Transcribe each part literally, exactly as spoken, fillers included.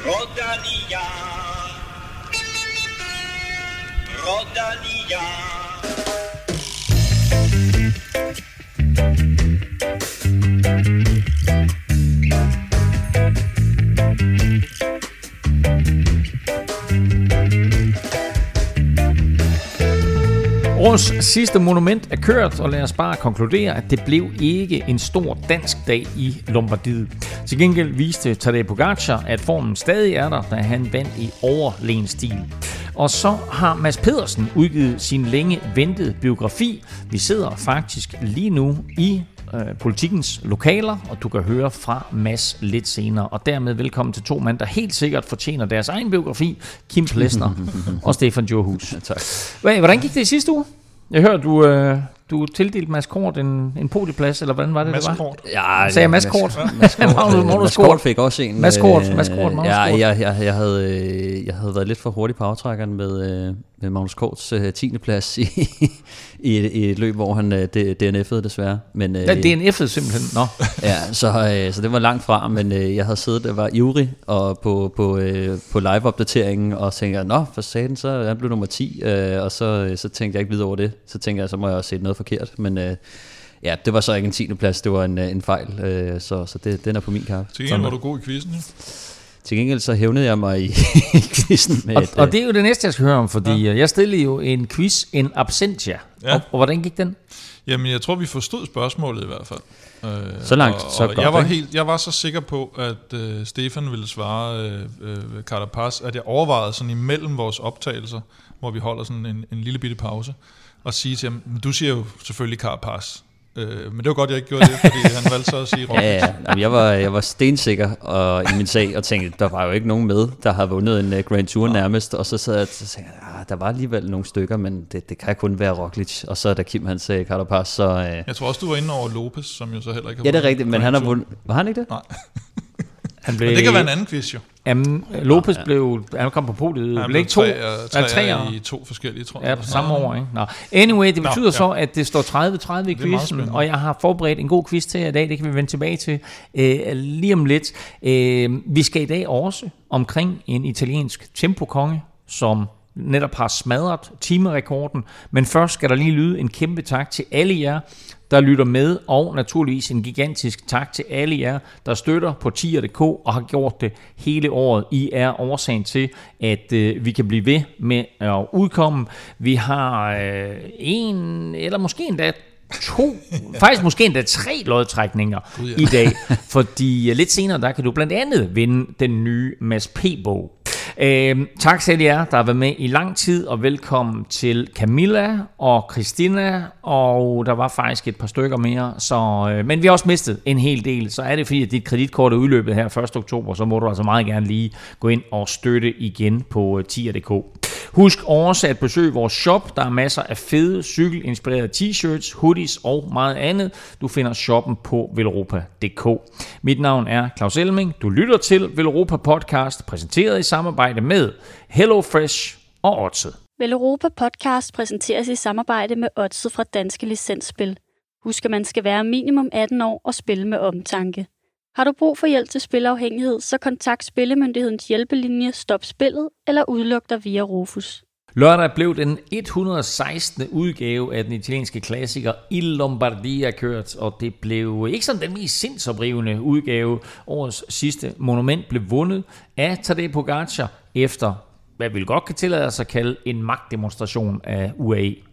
Rodalia, Rodalia. Årets sidste monument er kørt, og lad os bare konkludere, at det blev ikke en stor dansk dag i Lombardiet. Til gengæld viste Tadej Pogačar, at formen stadig er der, da han vandt i overlegen stil. Og så har Mads Pedersen udgivet sin længe ventede biografi. Vi sidder faktisk lige nu i øh, Politikens lokaler, og du kan høre fra Mads lidt senere. Og dermed velkommen til to mænd, der helt sikkert fortjener deres egen biografi, Kim Plesner og Stefan Djurhus. Tak. Hvordan gik det i sidste uge? Jeg hørte, du, øh, du tildelte Mads Kort en, en podieplads, eller hvordan var det, Mads det var? Kort. Ja, sagde jeg Mads Kort? Mads Kort, Mads Kort fik også en. Mads Kort, Mads Kort, Magnus ja, Kort. jeg, jeg, jeg, havde, jeg havde været lidt for hurtig på aftrækkeren med, med Magnus Korts uh, tiende plads i, i, et, i et løb, hvor han uh, D N F'ede desværre. Men, uh, ja, D N F'ede simpelthen, nå. Ja, så, uh, så det var langt fra, men uh, jeg havde siddet og var ivrig og på, på, uh, på live-opdateringen og tænkte, nå, for satan, så jeg blev nummer ti, uh, og så, så tænkte jeg ikke videre over det. Så tænkte jeg, så må jeg også se noget forkert, men... Uh, Ja, det var så ikke en tiende plads, det var en, en fejl, øh, så, så det, den er på min kappe. Til gengæld var du god i quizzen, ja? Til gengæld så hævnede jeg mig i, i quizzen. Med og, et, og det er jo det næste, jeg skal høre om, fordi ja. jeg stillede jo en quiz in absentia, ja. og, og hvordan gik den? Jamen, jeg tror, vi forstod spørgsmålet i hvert fald. Øh, så langt, og, så og godt, jeg var, ikke? helt, jeg var så sikker på, at øh, Stefan ville svare øh, øh, Carapaz, at jeg overvejede sådan imellem vores optagelser, hvor vi holder sådan en, en lille bitte pause, og sige til ham, du siger jo selvfølgelig Carapaz. Øh, men det var godt, jeg ikke gjorde det, fordi han valgte så at sige Roglic. Ja, ja. Jeg var, jeg var stensikker og, i min sag, og tænkte, der var jo ikke nogen med, der havde vundet en uh, Grand Tour nærmest, og så sad jeg og tænkte, ah, der var alligevel nogle stykker, men det, det kan kun være Roglic, og så da Kim han sagde Carapaz, så... Uh... Jeg tror også, du var inde over Lopez, som jo så heller ikke har ja, det er rigtigt, men han har vundet... Var han ikke det? Nej. Han blev, men det kan være en anden quiz jo. Jamen, Lopez ja. blev, han kom på podiet. Han blev to, tre, tre, tre i to forskellige, tror jeg. Ja, på samme år, ikke? Nå. Anyway, det betyder Nå, ja. så, at det står tredive tredive i quizzen, og jeg har forberedt en god quiz til jer i dag, det kan vi vende tilbage til øh, lige om lidt. Øh, vi skal i dag også omkring en italiensk tempokonge, som netop har smadret timerekorden, men først skal der lige lyde en kæmpe tak til alle jer, der lytter med, og naturligvis en gigantisk tak til alle jer, der støtter på tier punktum d k og har gjort det hele året. I er årsagen til, at øh, vi kan blive ved med at udkomme. Vi har øh, en, eller måske endda to, faktisk måske endda tre lodtrækninger God, ja. i dag, fordi lidt senere, der kan du blandt andet vinde den nye Mads P-bog. Øh, tak til jer, der har været med i lang tid, og velkommen til Camilla og Christina, og der var faktisk et par stykker mere, så, øh, men vi har også mistet en hel del, så er det fordi, at dit kreditkort er udløbet her første oktober, så må du altså meget gerne lige gå ind og støtte igen på tier punktum d k. Husk også at besøge vores shop, der er masser af fede cykelinspirerede t-shirts, hoodies og meget andet. Du finder shoppen på velropa punktum d k. Mit navn er Claus Elming, du lytter til Velropa Podcast, præsenteret i samarbejde med HelloFresh og Odset. Velropa Podcast præsenteres i samarbejde med Odset fra Danske Licensspil. Husk, at man skal være minimum atten år og spille med omtanke. Har du brug for hjælp til spilafhængighed, så kontakt Spillemyndighedens hjælpelinje Stop Spillet eller udluk dig via Rufus. Lørdag blev den et hundrede og sekstende udgave af den italienske klassiker Il Lombardia kørt, og det blev ikke sådan den mest sindsoprivende udgave. Årets sidste monument blev vundet af Tadej Pogačar efter, hvad vi godt kan tillade os at kalde, en magtdemonstration af U A E.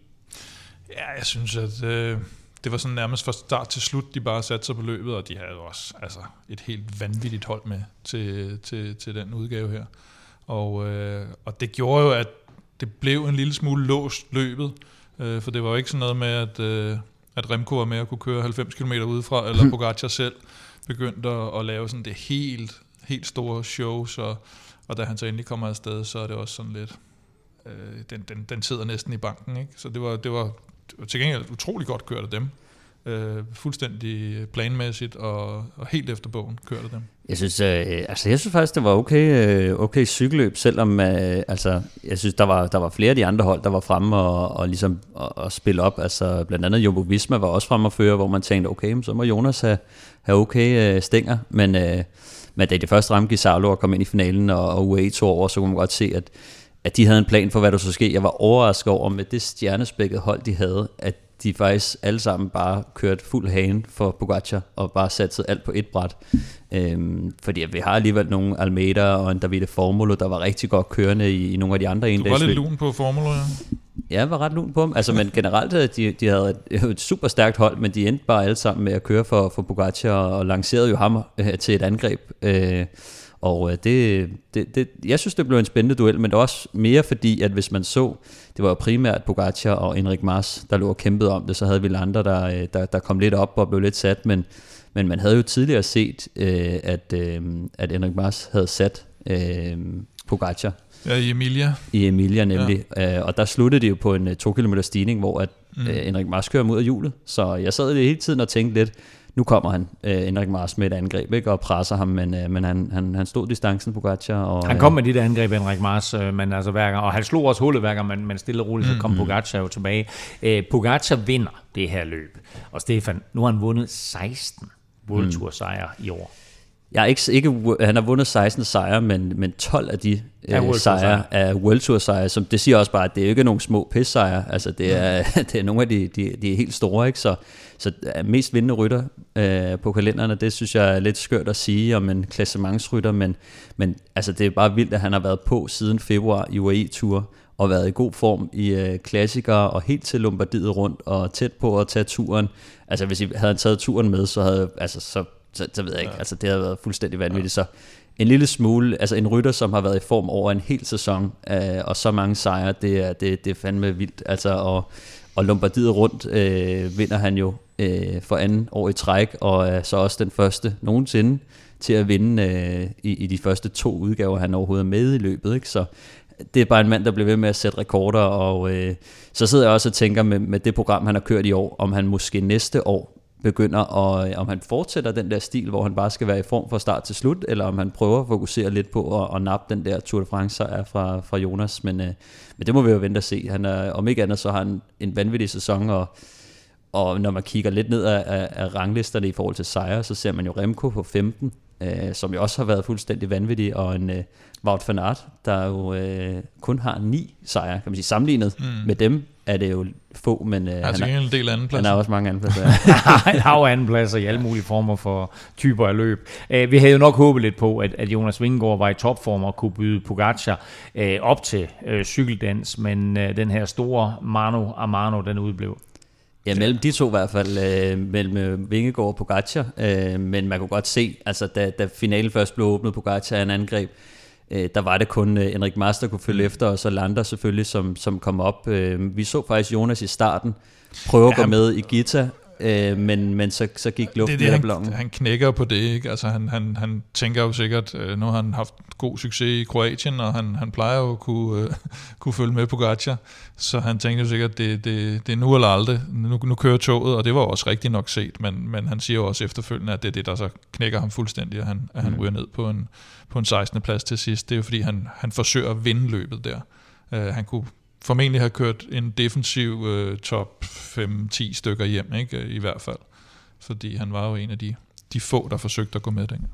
Ja, jeg synes, at øh, det var sådan nærmest fra start til slut, de bare satte sig på løbet, og de havde også altså, et helt vanvittigt hold med til, til, til den udgave her. Og, øh, og det gjorde jo, at det blev en lille smule låst løbet, øh, for det var jo ikke sådan noget med, at, øh, at Remco var med at kunne køre halvfems kilometer udefra, eller Pogačar selv begyndte at, at lave sådan det helt, helt store show, så, og da han så endelig kommer afsted, så er det også sådan lidt, øh, den, den, den sidder næsten i banken, ikke? Så det var, det var, det var til gengæld utrolig godt kørt af dem. Øh, fuldstændig planmæssigt og, og helt efter bogen kørte dem. Jeg synes, øh, altså jeg synes faktisk det var okay, øh, okay cykelløb, selvom øh, altså jeg synes der var der var flere af de andre hold der var fremme og, og ligesom og, og spille op. Altså blandt andet Jumbo Visma var også fremme og føre, hvor man tænkte okay, så må Jonas have, have okay øh, stænger, men øh, men da de først ramte Gisalo og kom ind i finalen, og, og U A E tog over, så kunne man godt se, at, at de havde en plan for, hvad der skulle ske. Jeg var overrasket over med det stjernespækkede hold, de havde, at de faktisk alle sammen bare kørte fuld hane for Pogacar, og bare satte alt på et bræt. Øhm, fordi vi har alligevel nogle Almeida og en Davide Formulo, der var rigtig godt kørende i, i nogle af de andre endagsløb. Du var lidt lun på Formulo, ja. Ja, jeg var ret lun på dem. Altså, men generelt, de, de havde et, et super stærkt hold, men de endte bare alle sammen med at køre for, for Pogacar, og lancerede jo ham øh, til et angreb. Øh, og det, det, det, jeg synes, det blev en spændende duel, men det var også mere fordi, at hvis man så, det var jo primært Pogacar og Enric Mas, der lå og kæmpede om det, så havde vi andre, der, der, der kom lidt op og blev lidt sat, men, men man havde jo tidligere set, øh, at, øh, at Enric Mas havde sat øh, Pogacar. Ja, i Emilia. I Emilia nemlig, ja. øh, og der sluttede det jo på en to kilometer stigning, hvor at, mm. øh, Enric Mas kører mod af hjulet, så jeg sad hele tiden og tænkte lidt, nu kommer han, øh, Enric Mas med et angreb, ikke, og presser ham, men, øh, men han, han, han stod distancen på Pogacar. Og, han kom med dit angreb, Enric Mas, øh, men altså hver gang, og han slog også hullet hver gang, men, men stille og roligt, så kom mm. Pogacar jo tilbage. Øh, Pogacar vinder det her løb, og Stefan, nu har han vundet seksten World Tour sejre i år. Jeg er ikke, ikke, han har vundet seksten sejre, men, men tolv af de øh, sejre er World Tour sejre, som det siger også bare, at det er jo ikke nogen små pis sejre, altså det er, mm. det er nogle af de, de, de er helt store, ikke? Så, så mest vindende rytter øh, på kalenderne, det synes jeg er lidt skørt at sige om en klassementsrytter, men, men altså det er bare vildt, at han har været på siden februar i U A E Tour, og været i god form i øh, klassikere, og helt til Lombardiet rundt, og tæt på at tage turen. Altså hvis I havde taget turen med, så havde, altså så Så, så ved jeg ikke, ja. altså det har været fuldstændig vanvittigt, ja. Så en lille smule, altså en rytter, som har været i form over en hel sæson, øh, og så mange sejre, det er, det, det er fandme vildt, altså, og, og Lombardiet rundt øh, vinder han jo øh, for anden år i træk, og er så også den første nogensinde til at vinde øh, i, i de første to udgaver, han overhovedet er med i løbet, ikke? Så det er bare en mand, der bliver ved med at sætte rekorder, og øh, så sidder jeg også og tænker med, med det program, han har kørt i år, om han måske næste år begynder, og om han fortsætter den der stil, hvor han bare skal være i form fra start til slut, eller om han prøver at fokusere lidt på at, at nappe den der Tour de France sejr fra, fra Jonas, men, øh, men det må vi jo vente at se. Han er, om ikke andet, så har han en vanvittig sæson, og, og når man kigger lidt ned af, af, af ranglisterne i forhold til sejre, så ser man jo Remco på femten, øh, som jo også har været fuldstændig vanvittig, og en øh, Wout van Aert, der jo øh, kun har ni sejre, kan man sige, sammenlignet mm. med dem, er det jo få, men øh, altså, han, er, en del han har også mange andenpladser. Han har jo andenpladser i alle mulige former for typer af løb. Uh, vi havde jo nok håbet lidt på, at, at Jonas Vingegaard var i topform og kunne byde Pogacar uh, op til uh, cykeldans, men uh, den her store Mano a Mano, den udblev. Ja, mellem de to i hvert fald, øh, mellem Vingegaard og Pogacar, øh, men man kunne godt se, altså da, da finalen først blev åbnet, Pogacar en angreb, der var det kun Enric Mas, der kunne følge efter, og så Landa selvfølgelig, som, som kom op. Vi så faktisk Jonas i starten prøve at ja, gå med i Gita, men, men så, så gik luften lidt af ballongen. Han knækker på det, ikke? Altså han, han, han tænker jo sikkert, nu har han haft god succes i Kroatien, og han, han plejer jo at kunne, uh, kunne følge med Pogacar, så han tænker jo sikkert, det, det, det er nu eller aldrig. Nu, nu kører toget, og det var også rigtigt nok set, men, men han siger jo også efterfølgende, at det er det, der så knækker ham fuldstændig, at han, at han mm. ryger ned på en, på en sekstende plads til sidst. Det er jo fordi, han, han forsøger at vinde løbet der. Uh, han kunne formentlig have kørt en defensiv uh, top fem ti stykker hjem, ikke? I hvert fald. Fordi han var jo en af de, de få, der forsøgte at gå med dengang.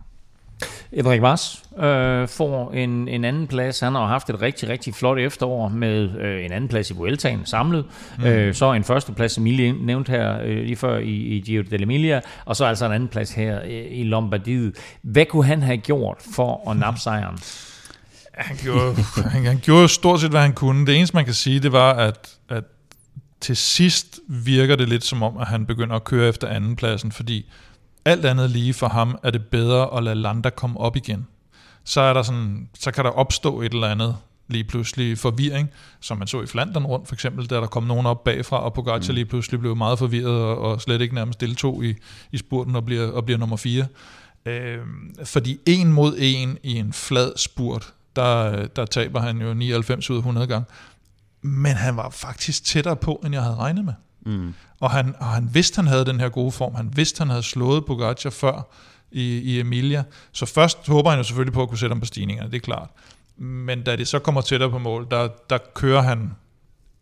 Enric Mas øh, får en, en anden plads. Han har haft et rigtig, rigtig flot efterår med øh, en anden plads i Vueltaen samlet. Mm. Øh, så en første plads, som I nævnte her øh, lige før i, i Giro dell'Emilia, og så altså en anden plads her øh, i Lombardiet. Hvad kunne han have gjort for at nappe sejren? Han gjorde, han, han gjorde stort set, hvad han kunne. Det eneste, man kan sige, det var, at, at til sidst virker det lidt som om, at han begynder at køre efter andenpladsen, fordi alt andet lige for ham er det bedre at lade Landa komme op igen. Så, er der sådan, så kan der opstå et eller andet lige pludselig forvirring, som man så i Flandern rundt for eksempel, der der kom nogen op bagfra, og Pogacar mm. lige pludselig blev meget forvirret, og, og slet ikke nærmest deltog i, i spurten og bliver, og bliver nummer fire. Øh, fordi en mod en i en flad spurt, der, der taber han jo nioghalvfems ud af hundrede gange. Men han var faktisk tættere på, end jeg havde regnet med. Mm. Og, han, og han vidste, han havde den her gode form. Han vidste, han havde slået Pogacar før i, i Emilia. Så først håber han jo selvfølgelig på at kunne sætte ham på stigningerne, det er klart. Men da det så kommer tættere på mål, der, der kører han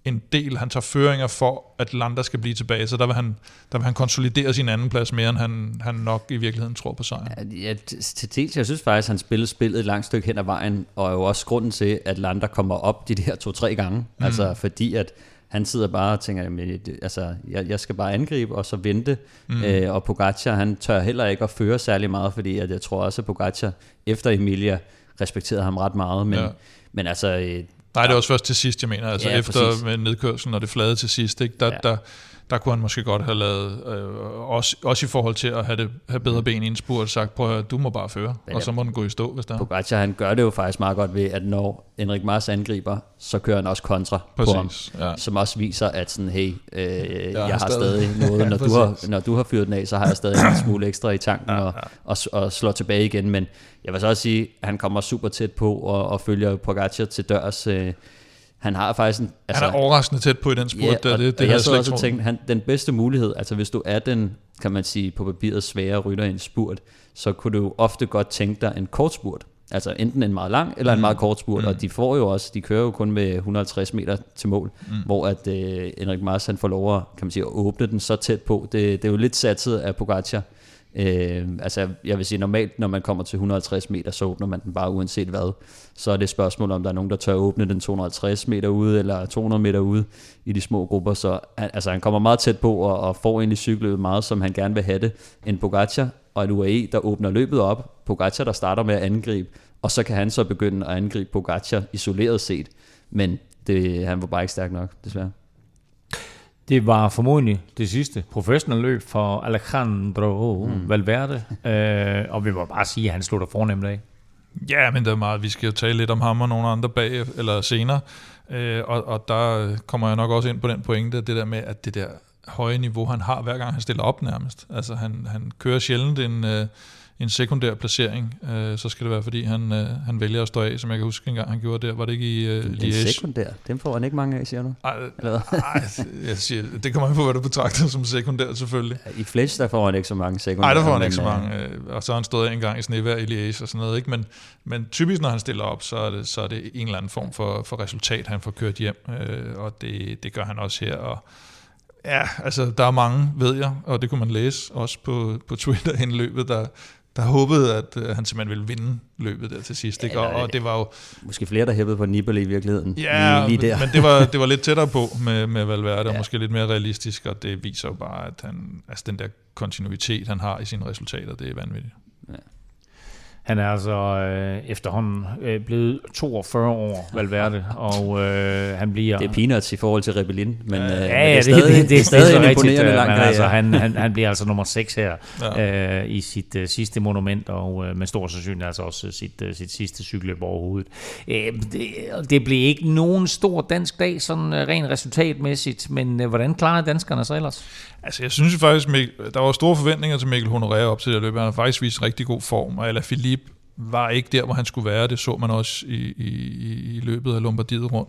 en del, han tager føringer for, at Landa skal blive tilbage, så der vil han, der vil han konsolidere sin anden plads mere, end han, han nok i virkeligheden tror på sejren. Ja, til dels, jeg synes faktisk, han spillede spillet et langt stykke hen ad vejen, og er jo også grunden til, at Landa kommer op de der to-tre gange, mm. altså fordi at han sidder bare og tænker, jamen, altså, jeg, jeg skal bare angribe og så vente, mm. øh, og Pogacar, han tør heller ikke at føre særlig meget, fordi at jeg tror også, at Pogacar efter Emilia respekterede ham ret meget, men, ja. men altså... Øh, Nej, det er også først til sidst, jeg mener, altså ja, efter præcis. Med nedkørslen og det flade til sidst, ikke? Der, ja. der, der kunne han måske godt have lavet, øh, også, også i forhold til at have, det, have bedre ben i en spurt, og sagt, prøv at høre, du må bare føre, men og så må den gå i stå, hvis der er. Pogacar, han gør det jo faktisk meget godt ved, at når Enric Mas angriber, så kører han også kontra præcis, på ham, ja. som også viser, at sådan, hey, øh, jeg, jeg har stadig, stadig noget, når, ja, du har, når du har fyret den af, så har jeg stadig en smule ekstra i tanken, ja, ja. Og, og, og slår tilbage igen, men jeg vil så også sige, at han kommer super tæt på, og, og følger Pogacar til dørs. øh, Han har faktisk en, altså, han er overraskende tæt på i den spurt, ja, der, det, det jeg så også tænkt, han, den bedste mulighed, altså hvis du er den, kan man sige, på papiret svære rytter i en spurt, så kunne du ofte godt tænke dig en kort spurt, altså enten en meget lang eller en meget kort spurt, mm. og de får jo også, de kører jo kun med et hundrede og halvtreds meter til mål, mm. hvor at øh, Enric Mas, han får lov at, kan man sige, at åbne den så tæt på, det, det er jo lidt satset af Pogacar. Øh, altså jeg vil sige, normalt når man kommer til et hundrede og halvtreds meter, så åbner man den bare uanset hvad. Så er det et spørgsmål om der er nogen der tør åbne den to hundrede og halvtreds meter ude eller to hundrede meter ude i de små grupper. Så han, altså han kommer meget tæt på og, og får egentlig cyklet meget som han gerne vil have det. En Pogacar og en U A E der åbner løbet op. Pogacar der starter med at angribe, og så kan han så begynde at angribe Pogacar isoleret set. Men det, han var bare ikke stærk nok, desværre. Det var formodentlig det sidste professionelle løb for Alejandro mm. Valverde, øh, og vi må bare sige, at han slutter fornemt af. Ja, men det er meget. Vi skal jo tale lidt om ham og nogle andre bag eller senere, øh, og, og der kommer jeg nok også ind på den pointe, det der med, at det der høje niveau, han har hver gang han stiller op nærmest. Altså han, han kører sjældent en... Øh, en sekundær placering, øh, så skal det være, fordi han, øh, han vælger at stå af, som jeg kan huske engang, han gjorde der. Var det ikke i øh, Liège? En sekundær? Dem får han ikke mange af, siger du? Ej, ej jeg siger, det kommer an på, hvad du betragter som sekundær, selvfølgelig. Ja, i Fletch, der får han ikke så mange sekundære. Nej, der får han ikke så mange. Øh, og så har han stået en gang i snevejr i Liège og sådan noget. Ikke? Men, men typisk, når han stiller op, så er det, så er det en eller anden form for, for resultat, han får kørt hjem. Øh, og det, det gør han også her. Og ja, altså, der er mange, ved jeg, og det kunne man læse også på, på Twitter inden løbet, der der håbede, at øh, han simpelthen ville vinde løbet der til sidst. Ikke? Og, og det var jo... Måske flere, der hæppede på Nibali i virkeligheden. Ja, lige, lige der. men det var, det var lidt tættere på med, med Valverde, ja. Og måske lidt mere realistisk, og det viser jo bare, at han, altså den der kontinuitet, han har i sine resultater, det er vanvittigt. Ja. Han er altså øh, efterhånden øh, blevet toogfyrre år, Valverde, og øh, han bliver... Det er peanuts i forhold til Rebellin, men, øh, ja, men det, er det, stadig, det, det, det er stadig, stadig imponerende langt. Men altså, han, han, han bliver altså nummer seks her ja. øh, i sit uh, sidste monument, og øh, med stor sandsynlighed altså også sit, uh, sit sidste cykelløb overhovedet. Øh, det, det blev ikke nogen stor dansk dag, sådan uh, rent resultatmæssigt, men uh, hvordan klarede danskerne sig ellers? Altså, jeg synes jo faktisk, der var store forventninger til Mikkel Honoré op til det løb. Han har faktisk vist rigtig god form, og Alaphilippe var ikke der, hvor han skulle være. Det så man også i, i, i løbet af Lombardiet rundt.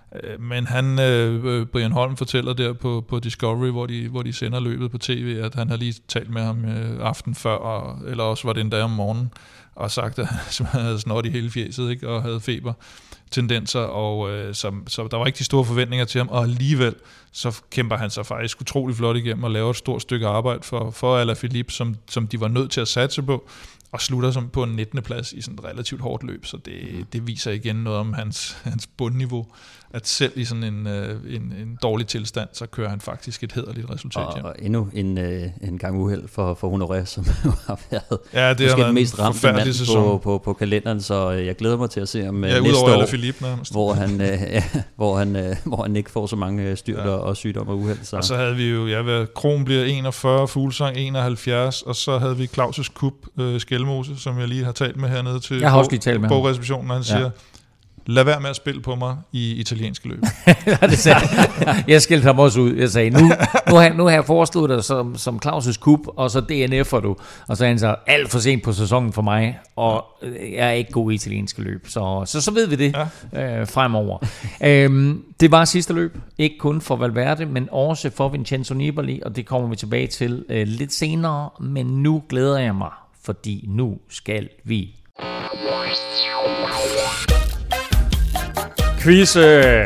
Men han, øh, Brian Holm fortæller der på, på Discovery, hvor de, hvor de sender løbet på tv, at han har lige talt med ham øh, aften før, og, eller også var det en dag om morgenen, og sagt, at han havde snot i hele fjeset, ikke, og havde feber tendenser, og øh, så, så der var ikke de store forventninger til ham, og alligevel så kæmper han sig faktisk utrolig flot igennem og laver et stort stykke arbejde for, for Alaphilippe, som, som de var nødt til at satse på, og slutter som på en nittende plads i sådan et relativt hårdt løb, så det, det viser igen noget om hans, hans bundniveau, at selv i sådan en, en, en dårlig tilstand, så kører han faktisk et hæderligt resultat. Og, og endnu en, en gang uheld for, for Honoré, som har været ja, det måske den mest ramte mand på, på, på kalenderen, så jeg glæder mig til at se ham ja, næste år, Philippe, hvor, han, ja, hvor, han, hvor han ikke får så mange styrter ja. og sygdomme og uheld. Så. Og så havde vi jo, ja, hvad, Kron bliver enogfyrre, Fuglsang enoghalvfjerds, og så havde vi Claus' Kup, øh, Skelmose, som jeg lige har talt med hernede til jeg har også lige talt med bogreceptionen, og han ja. siger, lad være med at spille på mig i italienske løb. det sagde, jeg skældte ham også ud. Jeg sagde, nu, nu, har, nu har jeg foreslået dig som, som Claus' Kup, og så D N F'er du. Og så er han så alt for sent på sæsonen for mig, og jeg er ikke god i italienske løb. Så, så, så ved vi det ja. øh, fremover. øhm, det var sidste løb. Ikke kun for Valverde, men også for Vincenzo Nibali, og det kommer vi tilbage til øh, lidt senere. Men nu glæder jeg mig, fordi nu skal vi... Quizze!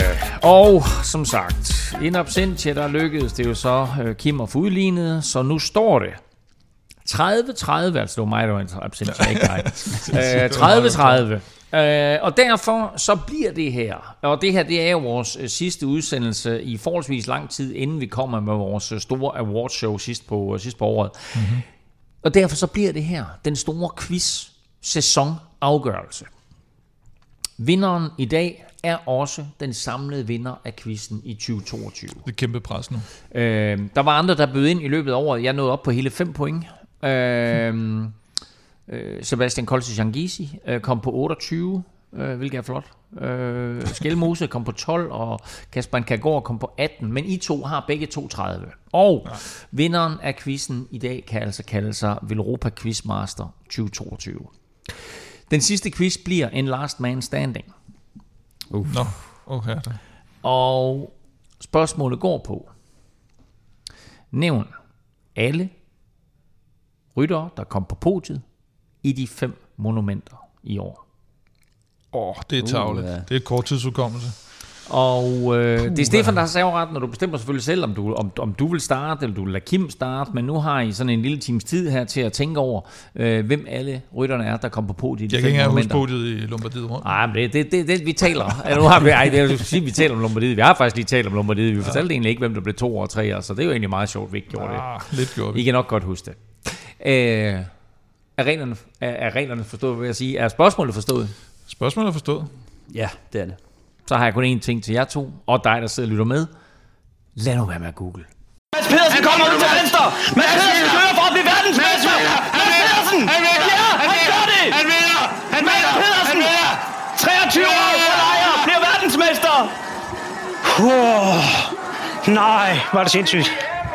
Og som sagt, in absentia, der lykkedes det jo så øh, Kim at få udlignet, så nu står det tredive tredive, altså det var mig, der var in absentia, ikke dig. øh, tredive tredive. Øh, og derfor så bliver det her, og det her det er jo vores øh, sidste udsendelse i forholdsvis lang tid, inden vi kommer med vores øh, store awardshow sidst på, øh, sidst på året. Mm-hmm. Og derfor så bliver det her den store quiz-sæson-afgørelse. Vinderen i dag er også den samlede vinder af quizzen i tyve toogtyve. Det er kæmpe pres nu. Øh, der var andre, der bød ind i løbet af året. Jeg nåede op på hele fem point. Øh, øh, Sebastian Kolse-Jangisi øh, kom på otteogtyve, øh, hvilket er flot. Øh, Skelmose kom på tolv, og Kasper Kagård kom på atten. Men I to har begge to tredive. Og ja. Vinderen af quizzen i dag kan altså kalde sig Velropa Quizmaster tyve toogtyve. Den sidste quiz bliver en last man standing. Uh. Nå, okay. Og spørgsmålet går på: nævn alle ryttere, der kom på podiet i de fem monumenter i år. Åh, oh, det er tarveligt. Uh, ja. Det er et korttidsudkommelse. Og øh, det er Stefan, der har serveret, når du bestemmer selvfølgelig selv, om du, om, om du vil starte, eller du vil lade Kim starte, men nu har I sådan en lille times tid her til at tænke over, øh, hvem alle rytterne er, der kom på podiet. Jeg kan ikke engang huske podiet i Lombardiet rundt. Nej, men det er det, det, det, vi taler. Nu har vi, ej, det er jo sige, vi taler om Lombardiet. Vi har faktisk lige talt om Lombardiet. Vi ja. fortalte egentlig ikke, hvem der blev to og tre, så det er jo egentlig meget sjovt, vi ikke gjorde ah, det. Lidt gjorde vi. I kan nok godt huske det. Øh, er, reglerne, er, er reglerne forstået, vil jeg sige? Er spørgsmålet forstået? Spørgsmålet er forstået. Ja, det er det. Så har jeg kun én ting til jer to, og dig, der sidder og lytter med. Lad nu være med at google. Mads Pedersen kommer ud til venstre. Mads Pedersen kører for at blive verdensmester. Mads Pedersen! Ja, han gør det! Han vinder! Mads Pedersen! treogtyve år ejer bliver verdensmester! Oh, nej, var det sindssygt.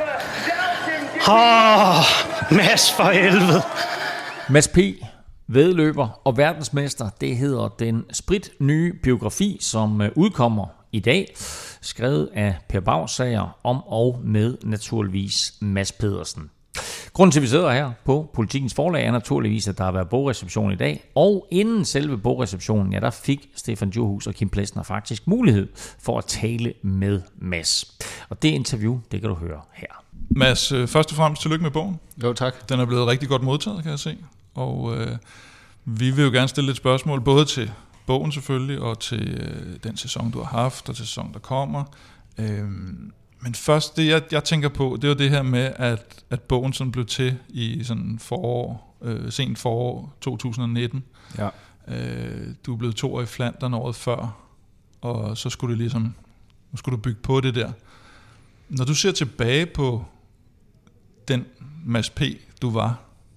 Åh, oh, Mads for helvede. Mads P., væddeløber og verdensmester, det hedder den sprit nye biografi, som udkommer i dag, skrevet af Per Bagsager om og med naturligvis Mads Pedersen. Grunden til, at vi sidder her på Politikens Forlag, er naturligvis, at der har været bogreception i dag, og inden selve bogreceptionen, ja, der fik Stefan Djurhus og Kim Plesner faktisk mulighed for at tale med Mads. Og det interview, det kan du høre her. Mads, først og fremmest tillykke med bogen. Jo, tak. Den er blevet rigtig godt modtaget, kan jeg se. Og øh, vi vil jo gerne stille et spørgsmål, både til bogen selvfølgelig, og til øh, den sæson, du har haft, og til sæson, der kommer. Øh, men først, det jeg, jeg tænker på, det var det her med, at, at bogen sådan blev til i sådan forår, øh, sent forår to tusind nitten. Ja. Øh, du er blevet to år i Flandern året før, og så skulle du ligesom, nu skulle du bygge på det der. Når du ser tilbage på den Mads P., du var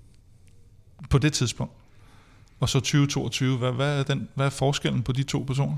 på det tidspunkt, og så tyve toogtyve, hvad, hvad, er den, hvad er forskellen på de to personer?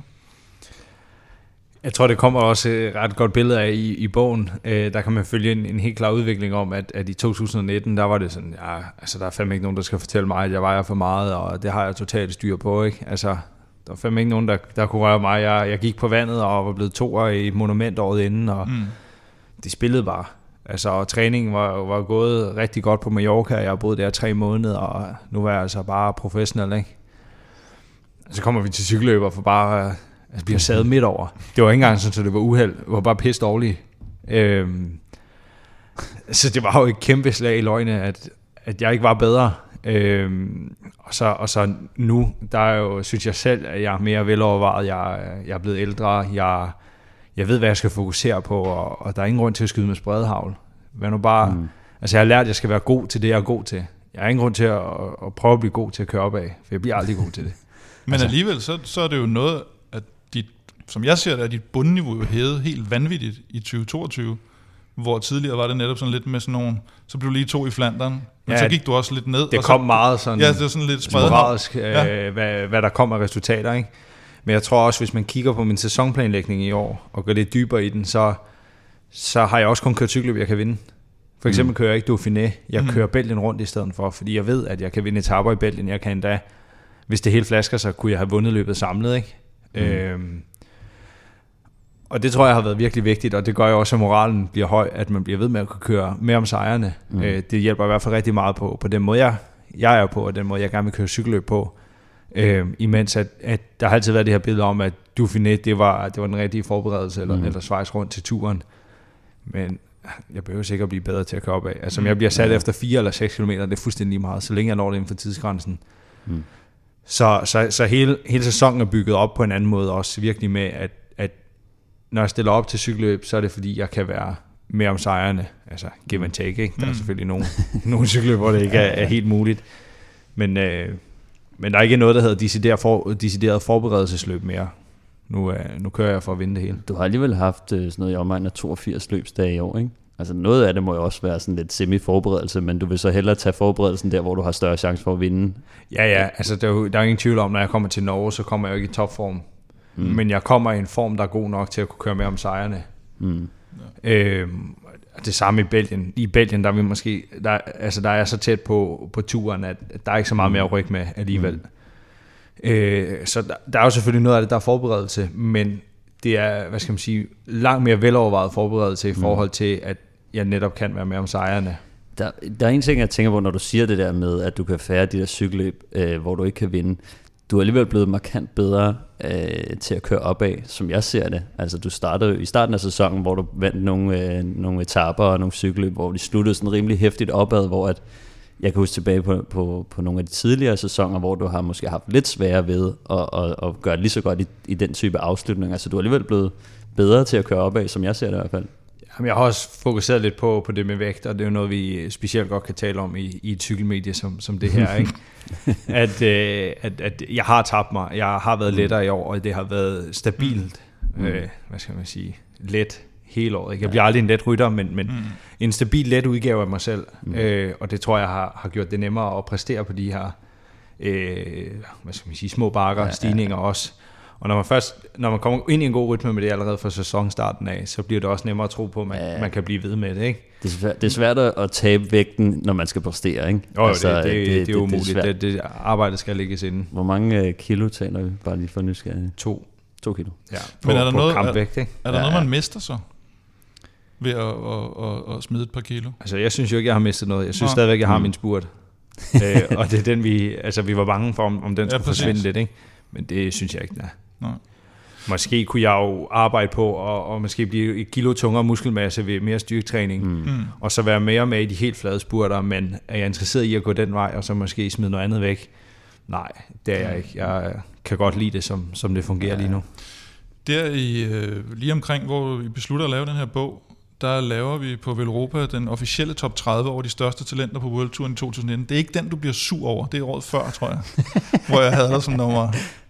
Jeg tror, det kommer også et ret godt billede af i, i bogen. Øh, der kan man følge en, en helt klar udvikling om, at, at i to tusind nitten, der var det sådan, ja, altså der er fandme ikke nogen, der skal fortælle mig, at jeg vejer for meget, og det har jeg totalt styr på, ikke? Altså, der var fandme ikke nogen, der, der kunne røre mig. Jeg, jeg gik på vandet og var blevet toer i monument året inden, og mm. det spillede bare. Altså, og træningen var, var gået rigtig godt på Mallorca. Jeg har boet der tre måneder, og nu var jeg altså bare professionel, ikke? Så kommer vi til cykelløber for bare... Altså, bliver sadet midt over. Det var ikke engang sådan, at det var uheld. Det var bare pisse dårligt. Øhm, så det var jo et kæmpe slag i løgne, at, at jeg ikke var bedre. Øhm, og, så, og så nu, der er jo, synes jeg selv, at jeg er mere velovervejet. Jeg, jeg er blevet ældre. Jeg, jeg ved, hvad jeg skal fokusere på, og, og der er ingen grund til at skyde med spredhavl. Hvad nu bare... Mm. Altså, jeg har lært, at jeg skal være god til det, jeg er god til. Jeg har ingen grund til at, at prøve at blive god til at køre op af, for jeg bliver aldrig god til det. Men altså, alligevel, så, så er det jo noget... Dit, som jeg ser det, er dit bundniveau jo hævet helt vanvittigt i tyve toogtyve, hvor tidligere var det netop sådan lidt med sådan nogle, så blev du lige to i Flandern, men ja, så gik du også lidt ned. Det og kom så, meget sådan, ja, det var sådan lidt sporadisk, ja. øh, hvad, hvad der kom af resultater, ikke? Men jeg tror også, hvis man kigger på min sæsonplanlægning i år, og går lidt dybere i den, så, så har jeg også kun kørt cykelløb, jeg kan vinde. For eksempel mm. kører jeg ikke Dauphiné, jeg mm. kører Belgien rundt i stedet for, fordi jeg ved, at jeg kan vinde etaper i Belgien. Jeg kan endda, hvis det hele flasker, så kunne jeg have vundet løbet samlet, ikke? Mm. Øhm, Og det tror jeg har været virkelig vigtigt, og det gør jo også, at moralen bliver høj, at man bliver ved med at kunne køre mere om sejrene. Mm. Øh, det hjælper i hvert fald rigtig meget på, på den måde, jeg, jeg er på, og den måde, jeg gerne vil køre cykelløb på. Øh, imens at, at der har altid været det her billede om, at Dauphiné, det var, det var den rigtige forberedelse, eller, Mm. eller Schweiz rundt til turen. Men jeg behøver sikkert blive bedre til at køre op af. Altså, om jeg bliver sat ja. efter fire eller seks kilometer, det er fuldstændig lige meget, så længe jeg når det inden for tidsgrænsen. Mm. Så, så, så hele, hele sæsonen er bygget op på en anden måde, også virkelig med, at, at når jeg stiller op til cykelløb, så er det fordi, jeg kan være mere om sejrene. Altså, give and take, ikke? Der er selvfølgelig nogle, nogle cykelløb, hvor det ikke er, er helt muligt. Men, øh, men der er ikke noget, der hedder decideret, for, decideret forberedelsesløb mere. Nu, øh, nu kører jeg for at vinde det hele. Du har alligevel haft øh, sådan noget i omegnen af toogfirs løbsdage i år, ikke? Altså noget af det må jo også være sådan lidt semi-forberedelse, men du vil så hellere tage forberedelsen der, hvor du har større chance for at vinde. Ja, ja, altså der er jo der er ingen tvivl om, når jeg kommer til Norge, så kommer jeg jo ikke i topform. Mm. Men jeg kommer i en form, der er god nok til at kunne køre med om sejrene. Mm. Øh, det samme i Belgien. I Belgien, der er vi måske, der, altså der er så tæt på, på turen, at der er ikke så meget mere at rykke med alligevel. Mm. Øh, så der, der er jo selvfølgelig noget af det, der er forberedelse, men det er, hvad skal man sige, langt mere velovervejet forberedelse i forhold til, at jeg netop kan være med om sejrene. Der, der er en ting, jeg tænker på, når du siger det der med, at du kan færre de der cykelløb, øh, hvor du ikke kan vinde. Du er alligevel blevet markant bedre øh, til at køre opad, som jeg ser det. Altså du startede i starten af sæsonen, hvor du vandt nogle, øh, nogle etaper og nogle cykelløb, hvor de sluttede sådan rimelig hæftigt opad, hvor at, jeg kan huske tilbage på, på, på nogle af de tidligere sæsoner, hvor du har måske haft lidt sværere ved at, at, at gøre det lige så godt i, i den type afslutninger. Så du er alligevel blevet bedre til at køre opad, som jeg ser det i hvert fald. Jamen, jeg har også fokuseret lidt på, på det med vægt, og det er jo noget, vi specielt godt kan tale om i, i et cykelmedie som, som det her, ikke? at, øh, at, at jeg har tabt mig, jeg har været lettere i år, og det har været stabilt, mm. øh, hvad skal man sige, let hele året. Ikke? Jeg bliver aldrig en let rytter, men, men mm. en stabil, let udgave af mig selv, mm. øh, og det tror jeg har, har gjort det nemmere at præstere på de her øh, hvad skal man sige, små bakker, ja, stigninger ja, ja. også. Og når man først, når man kommer ind i en god rytme med det allerede fra sæsonstarten af, så bliver det også nemmere at tro på, at man, ja. man kan blive ved med det, ikke? Det er svært, det er svært at tabe vægten, når man skal præstere, ikke? Jo, altså, det, det, det, det, det er umuligt. Det, det, det arbejde skal lægges inden. Hvor mange kilo taler vi, bare lige for nysgerrig? To. To kilo. Ja, på, Men er der på noget, kampvægt, ikke? Er der ja, noget, man mister så? Ved at, at, at, at smide et par kilo? Altså, jeg synes jo ikke, jeg har mistet noget. Jeg synes Nå. stadigvæk, jeg har mm. min spurt. øh, og det er den, vi... Altså, vi var bange for, om, om den skulle ja, forsvinde lidt, ikke? Men det synes jeg ikke, nej. Nej. Måske kunne jeg jo arbejde på og, og måske blive et kilo tungere muskelmasse ved mere styrketræning, mm. og så være mere med i de helt flade spurter, men er jeg interesseret i at gå den vej, og så måske smide noget andet væk? Nej, det er jeg ikke. Jeg kan godt lide det, som, som det fungerer ja. lige nu. Der i, øh, lige omkring, hvor vi beslutter at lave den her bog, der laver vi på Velropa den officielle top tredive over de største talenter på World Touren i to tusind nitten. Det er ikke den, du bliver sur over. Det er året før, tror jeg, hvor jeg havde som nummer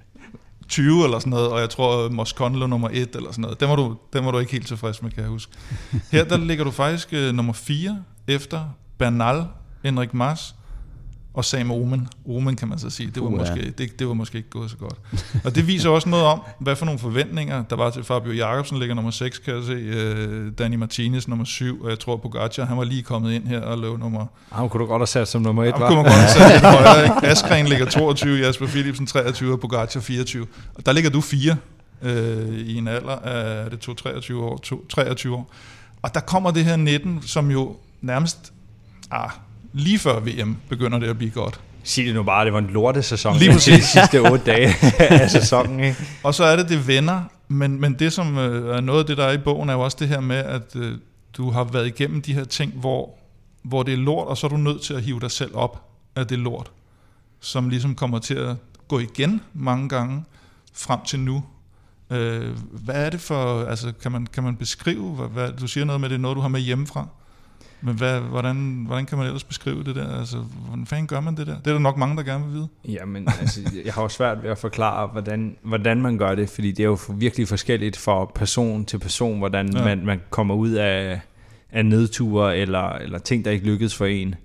tyve eller sådan noget, og jeg tror Moscon lå nummer et eller sådan noget. Den var, du, den var du ikke helt tilfreds med, kan jeg huske. Her der ligger du faktisk uh, nummer fire efter Bernal, Enric Mas og Sam Oomen. Oomen kan man så sige. Det var, uh, måske, ja. det, det var måske ikke gået så godt. Og det viser også noget om, hvad for nogle forventninger der var til Fabio Jakobsen, ligger nummer seks, kan jeg se. Uh, Dani Martinez nummer syv, og jeg tror Pogacar, han var lige kommet ind her og lå nummer... Han kunne du godt have sat som nummer et, var? Han kunne man godt have sat lidt højere, ikke? Askren ligger toogtyve, Jasper Philipsen treogtyve, og Pogacar fireogtyve. Og der ligger du fire øh, i en alder af det to treogtyve år, to, treogtyve år. Og der kommer det her nitten, som jo nærmest... Ah, lige før V M begynder det at blive godt. Sig det nu bare, det var en lortesæson. Lige præcis. De sidste otte dage af sæsonen, ikke? Og så er det, det vender, men, men det som øh, er noget af det, der er i bogen, er jo også det her med, at øh, du har været igennem de her ting, hvor, hvor det er lort, og så er du nødt til at hive dig selv op af det lort, som ligesom kommer til at gå igen mange gange frem til nu. Øh, hvad er det for, altså kan man, kan man beskrive, hvad, hvad, du siger noget med, det er noget, du har med hjemmefra? Men hvad, hvordan, hvordan kan man ellers beskrive det der? Altså, hvordan fanden gør man det der? Det er der nok mange, der gerne vil vide. Jamen, altså, jeg har jo svært ved at forklare, hvordan, hvordan man gør det, fordi det er jo virkelig forskelligt fra person til person, hvordan ja. man, man kommer ud af, af nedture eller, eller ting, der ikke lykkedes for en.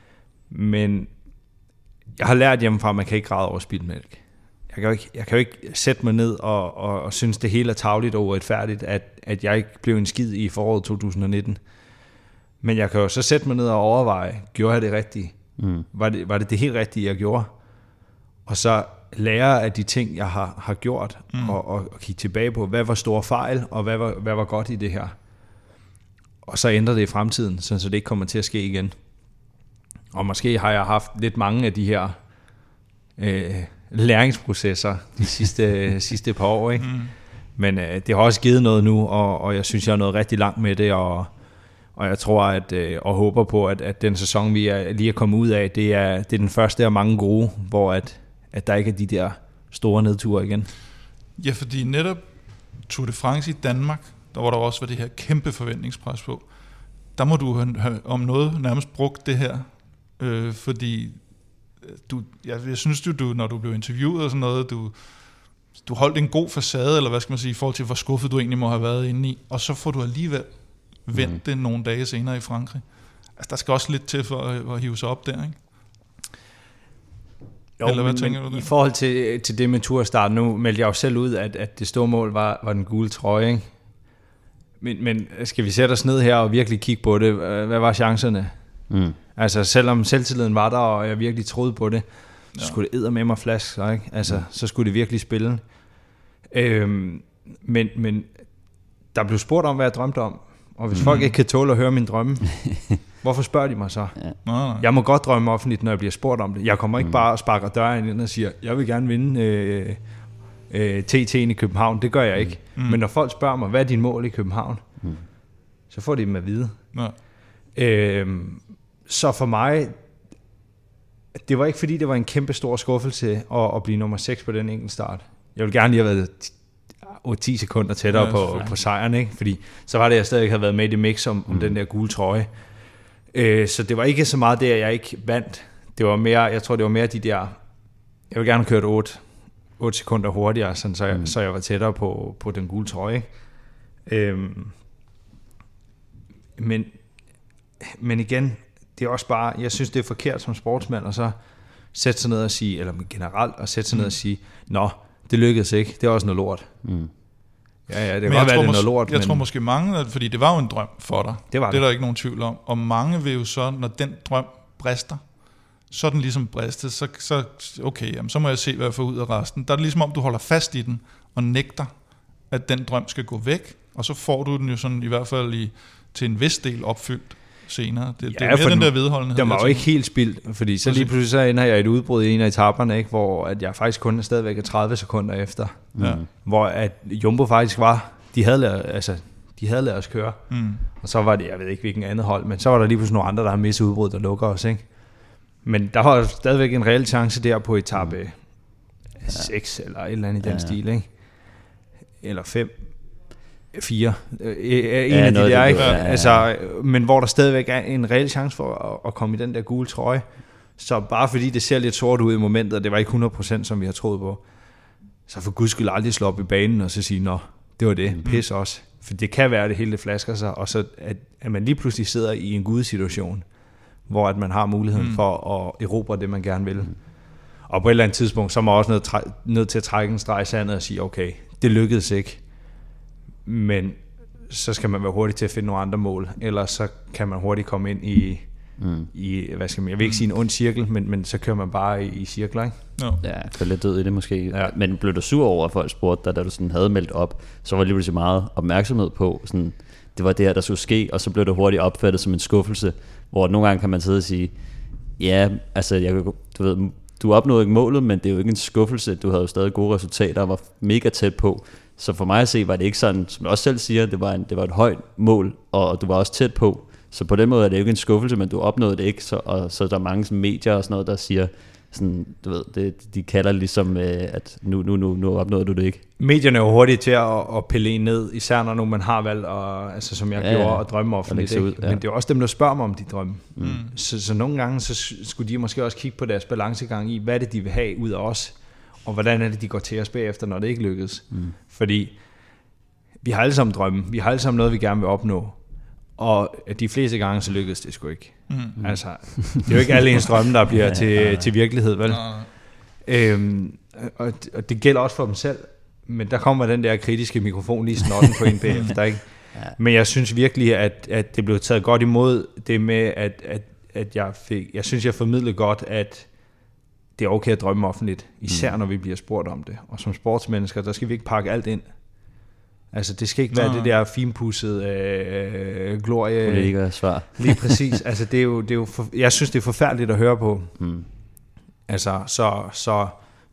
Men jeg har lært hjemmefra, at man kan ikke græde over spildt mælk. Jeg kan jo ikke, jeg kan jo ikke sætte mig ned og, og, og synes, det hele er tarveligt og uretfærdigt, at, at jeg ikke blev en skid i foråret to tusind nitten. Men jeg kan jo så sætte mig ned og overveje, gjorde jeg det rigtigt? Mm. Var, det, var det det helt rigtige, jeg gjorde? Og så lære af de ting, jeg har, har gjort, mm. og, og, og kigge tilbage på, hvad var store fejl, og hvad var, hvad var godt i det her? Og så ændre det i fremtiden, så det ikke kommer til at ske igen. Og måske har jeg haft lidt mange af de her øh, læringsprocesser de sidste, sidste par år, ikke? Mm. Men øh, det har også givet noget nu, og, og jeg synes, jeg er nået rigtig langt med det, og, og jeg tror at, øh, og håber på, at, at den sæson, vi er, lige er kommet ud af, det er, det er den første af mange gode, hvor at, at der ikke er de der store nedture igen. Ja, fordi netop Tour de France i Danmark, der var der også var det her kæmpe forventningspres på, der må du have om noget nærmest brugt det her, øh, fordi du, jeg, jeg synes jo, du, når du blev interviewet og sådan noget, du, du holdt en god facade, eller hvad skal man sige, i forhold til, hvor skuffet du egentlig må have været inde i, og så får du alligevel vendt mm. det nogle dage senere i Frankrig. Altså, der skal også lidt til for at, at hive sig op der, ikke? Jo, eller hvad men, tænker du det? I forhold til, til det med turstart, nu meldte jeg jo selv ud, at, at det store mål var, var den gule trøje, ikke? Men, men skal vi sætte os ned her og virkelig kigge på det? Hvad var chancerne? Mm. Altså, selvom selvtilliden var der, og jeg virkelig troede på det, så ja. skulle det eddermame mig flask, ikke? Altså, mm. så skulle det virkelig spille. Øhm, men, men der blev spurgt om, hvad jeg drømte om. Og hvis mm. folk ikke kan tåle at høre min drømme, hvorfor spørger de mig så? Ja. Nej, nej. Jeg må godt drømme offentligt, når jeg bliver spurgt om det. Jeg kommer ikke mm. bare og sparker døren ind og siger, jeg vil gerne vinde øh, øh, T T'en i København. Det gør jeg ikke. Mm. Men når folk spørger mig, hvad er din mål i København? Mm. Så får de dem at vide. Ja. Øhm, så for mig, det var ikke fordi, det var en kæmpe stor skuffelse at, at blive nummer seks på den enkelte start. Jeg ville gerne lige have været otte ti sekunder tættere ja, på, på sejren, ikke? Fordi så var det, jeg stadig havde været med i det mix om, om mm. den der gule trøje. Øh, så det var ikke så meget det, at jeg ikke vandt. Det var mere, jeg tror, det var mere de der, jeg ville gerne have kørt otte, otte sekunder hurtigere, sådan, så, jeg, mm. så jeg var tættere på, på den gule trøje. Øhm, men, men igen, det er også bare, jeg synes, det er forkert som sportsmand, og så sætte sig ned og sige, eller generelt, og sætte sig mm. ned og sige, nå, det lykkedes ikke, det er også noget lort. Mm. Ja, ja, det kan godt være, det er noget lort. Jeg men... tror måske mange, fordi det var jo en drøm for dig. Det var det. Det er der ikke nogen tvivl om. Og mange vil jo så, når den drøm brister, så er den ligesom bristet, så, så okay, jamen, så må jeg se, hvad jeg får ud af resten. Der er det ligesom om, du holder fast i den, og nægter, at den drøm skal gå væk, og så får du den jo sådan, i hvert fald i, til en vis del opfyldt senere. Det, ja, det er mere den der vedholdenhed. Det var jo ikke helt spildt, fordi så lige pludselig så ender jeg i et udbrud i en af etaperne, ikke, hvor at jeg faktisk kun er stadigvæk er tredive sekunder efter. Ja. Hvor at Jumbo faktisk var, de havde lavet, altså, de havde lavet os køre. Mm. Og så var det, jeg ved ikke hvilken andet hold, men så var der lige pludselig nogle andre, der har misset udbrud, der lukker os, ikke? Men der var stadigvæk en reel chance der på etape mm. seks eller et eller andet i den ja. stil, ikke? Eller fem. Fire. En ja, af de der, ikke? Ja, ja, ja. Altså, men hvor der stadigvæk er en reel chance for at, at komme i den der gule trøje. Så bare fordi det ser lidt sort ud i momentet, og det var ikke hundrede procent, som vi har troet på, så for guds skyld aldrig slå op i banen og så sige, nå, det var det, mm-hmm. pis også. For det kan være, at det hele det flasker sig, og så at, at man lige pludselig sidder i en gudesituation, hvor at man har muligheden mm. for at erobre det, man gerne vil. Mm. Og på et eller andet tidspunkt, så er man også nødt, træ- nødt til at trække en streg i sandet og sige, okay, det lykkedes ikke. Men så skal man være hurtig til at finde nogle andre mål, ellers så kan man hurtigt komme ind i, mm. i hvad skal man, jeg vil ikke sige en ond cirkel, men, men så kører man bare i, i cirkler, ikke? No. Ja, for lidt død i det måske. Ja. Men blev du sur over, at folk spurgte dig, da du sådan havde meldt op, så var det lige så meget opmærksomhed på, sådan, det var det her, der skulle ske, og så blev det hurtigt opfattet som en skuffelse, hvor nogle gange kan man sidde og sige, ja, altså, jeg, du ved, du opnåede ikke målet, men det er jo ikke en skuffelse, du havde jo stadig gode resultater, og var mega tæt på. Så for mig at se, var det ikke sådan, som du også selv siger, det var, en, det var et højt mål, og du var også tæt på. Så på den måde er det jo ikke en skuffelse, men du opnåede det ikke. Så, og så er der mange sådan, medier og sådan noget, der siger, sådan, du ved, det, de kalder ligesom, at nu, nu, nu, nu opnåede du det ikke. Medierne er jo hurtige til at, at pille en ned, især når nu man har valgt, og, altså, som jeg ja, gjorde, ja. at drømme offentligt. Ja. Men det er også dem, der spørger mig om de drømme. Mm. Så, så nogle gange så skulle de måske også kigge på deres balancegang i, hvad er det, de vil have ud af os, og hvordan er det, de går til os bagefter, når det ikke lykkes. Mm. Fordi vi har alle sammen drømme, vi har alle sammen noget, vi gerne vil opnå, og de fleste gange, så lykkes det sgu ikke. Mm. Altså, det er jo ikke alle ens drømme, der bliver til, til virkelighed, vel? Øhm, og, og det gælder også for dem selv, men der kommer den der kritiske mikrofon lige snotten på en bagefter, ikke? Men jeg synes virkelig, at, at det blev taget godt imod, det med, at, at, at jeg fik, jeg synes, jeg formidlede godt, at det er okay at drømme offentligt, især mm. når vi bliver spurgt om det. Og som sportsmennesker, der skal vi ikke pakke alt ind. Altså, det skal ikke være Nå. det der finpudsede øh, glorie. Kollega svar. Lige præcis. Altså, det er jo, det er jo for, jeg synes, det er forfærdeligt at høre på. Mm. Altså, så, så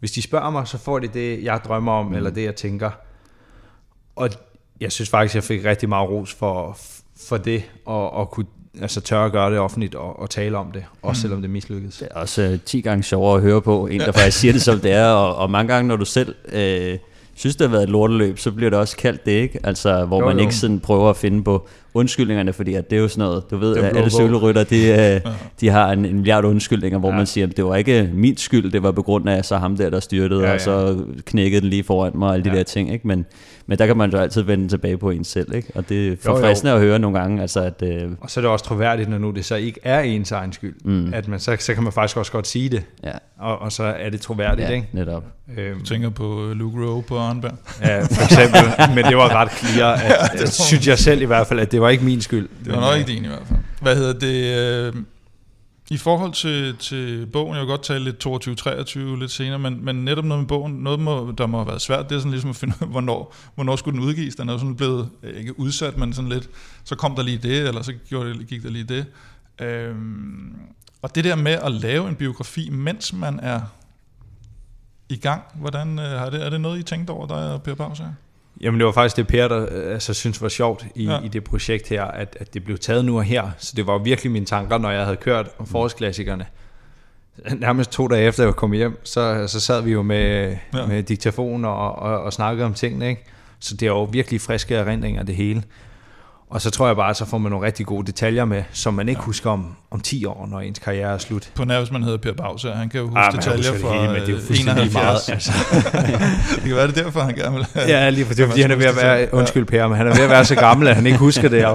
Hvis de spørger mig, så får de det, jeg drømmer om, mm. eller det, jeg tænker. Og jeg synes faktisk, jeg fik rigtig meget ros for, for det, og, og kunne altså tørre at gøre det offentligt og, og tale om det, også mm. selvom det mislykkedes. Det er også uh, ti gange sjovere at høre på, en der faktisk siger det som det er, og, og mange gange, når du selv øh, synes, det har været et lorteløb, så bliver det også kaldt det, ikke? Altså, hvor jo, man jo. ikke sådan prøver at finde på undskyldningerne, fordi at det er jo sådan noget, du ved, at alle cykelrytter, de, øh, de har en, en milliard undskyldninger, hvor ja. man siger, at det var ikke min skyld, det var på grund af så ham der, der styrtede, ja, ja. og så knækkede den lige foran mig, og alle de ja. der ting, ikke? Men, men der kan man jo altid vende tilbage på en selv, ikke? Og det er forfriskende at høre nogle gange, altså at... Øh, og så er det også troværdigt, når nu det så ikke er ens egen skyld, mm. at man, så, så kan man faktisk også godt sige det, ja. og, og så er det troværdigt, ja, ikke? netop. Øhm. Du tænker på Luke Rowe på Arnberg? Ja, for eksempel, men det var ret clear, at, ja, det synes jeg selv i hvert fald, at det var ikke min skyld. Det var nok ikke din i hvert fald. Hvad hedder det... Øh, I forhold til, til bogen, jeg vil godt tale lidt toogtyve treogtyve lidt senere, men, men netop noget med bogen, noget må, der må have været svært, det er sådan ligesom at finde ud af, hvornår, hvornår skulle den udgives. Den er jo sådan blevet, ikke udsat, men sådan lidt, så kom der lige det, eller så gjorde det, gik der lige det. Øhm, og det der med at lave en biografi, mens man er i gang, hvordan har det, er det noget, I tænkte over, der er Per Baus her? Jamen det var faktisk det Per, der altså, synes var sjovt i, ja. i det projekt her, at, at det blev taget nu og her. Så det var virkelig mine tanker, når jeg havde kørt om forårsklassikerne. Nærmest to dage efter jeg kom hjem, så, så sad vi jo med, ja. med diktafon og, og, og snakkede om tingene, ikke? Så det er jo virkelig friske erindringer det hele. Og så tror jeg bare, så får man nogle rigtig gode detaljer med, som man ikke ja. husker om, om ti år, når ens karriere er slut. På nær, hvis man hedder Per Baus, han kan jo huske ah, detaljer fra enoghalvfjerds. Meget, altså. Det kan være det derfor, han gerne vil have. Ja, lige for det, fordi han er ved at være, undskyld Per, men han er ved at være så gammel, at han ikke husker det.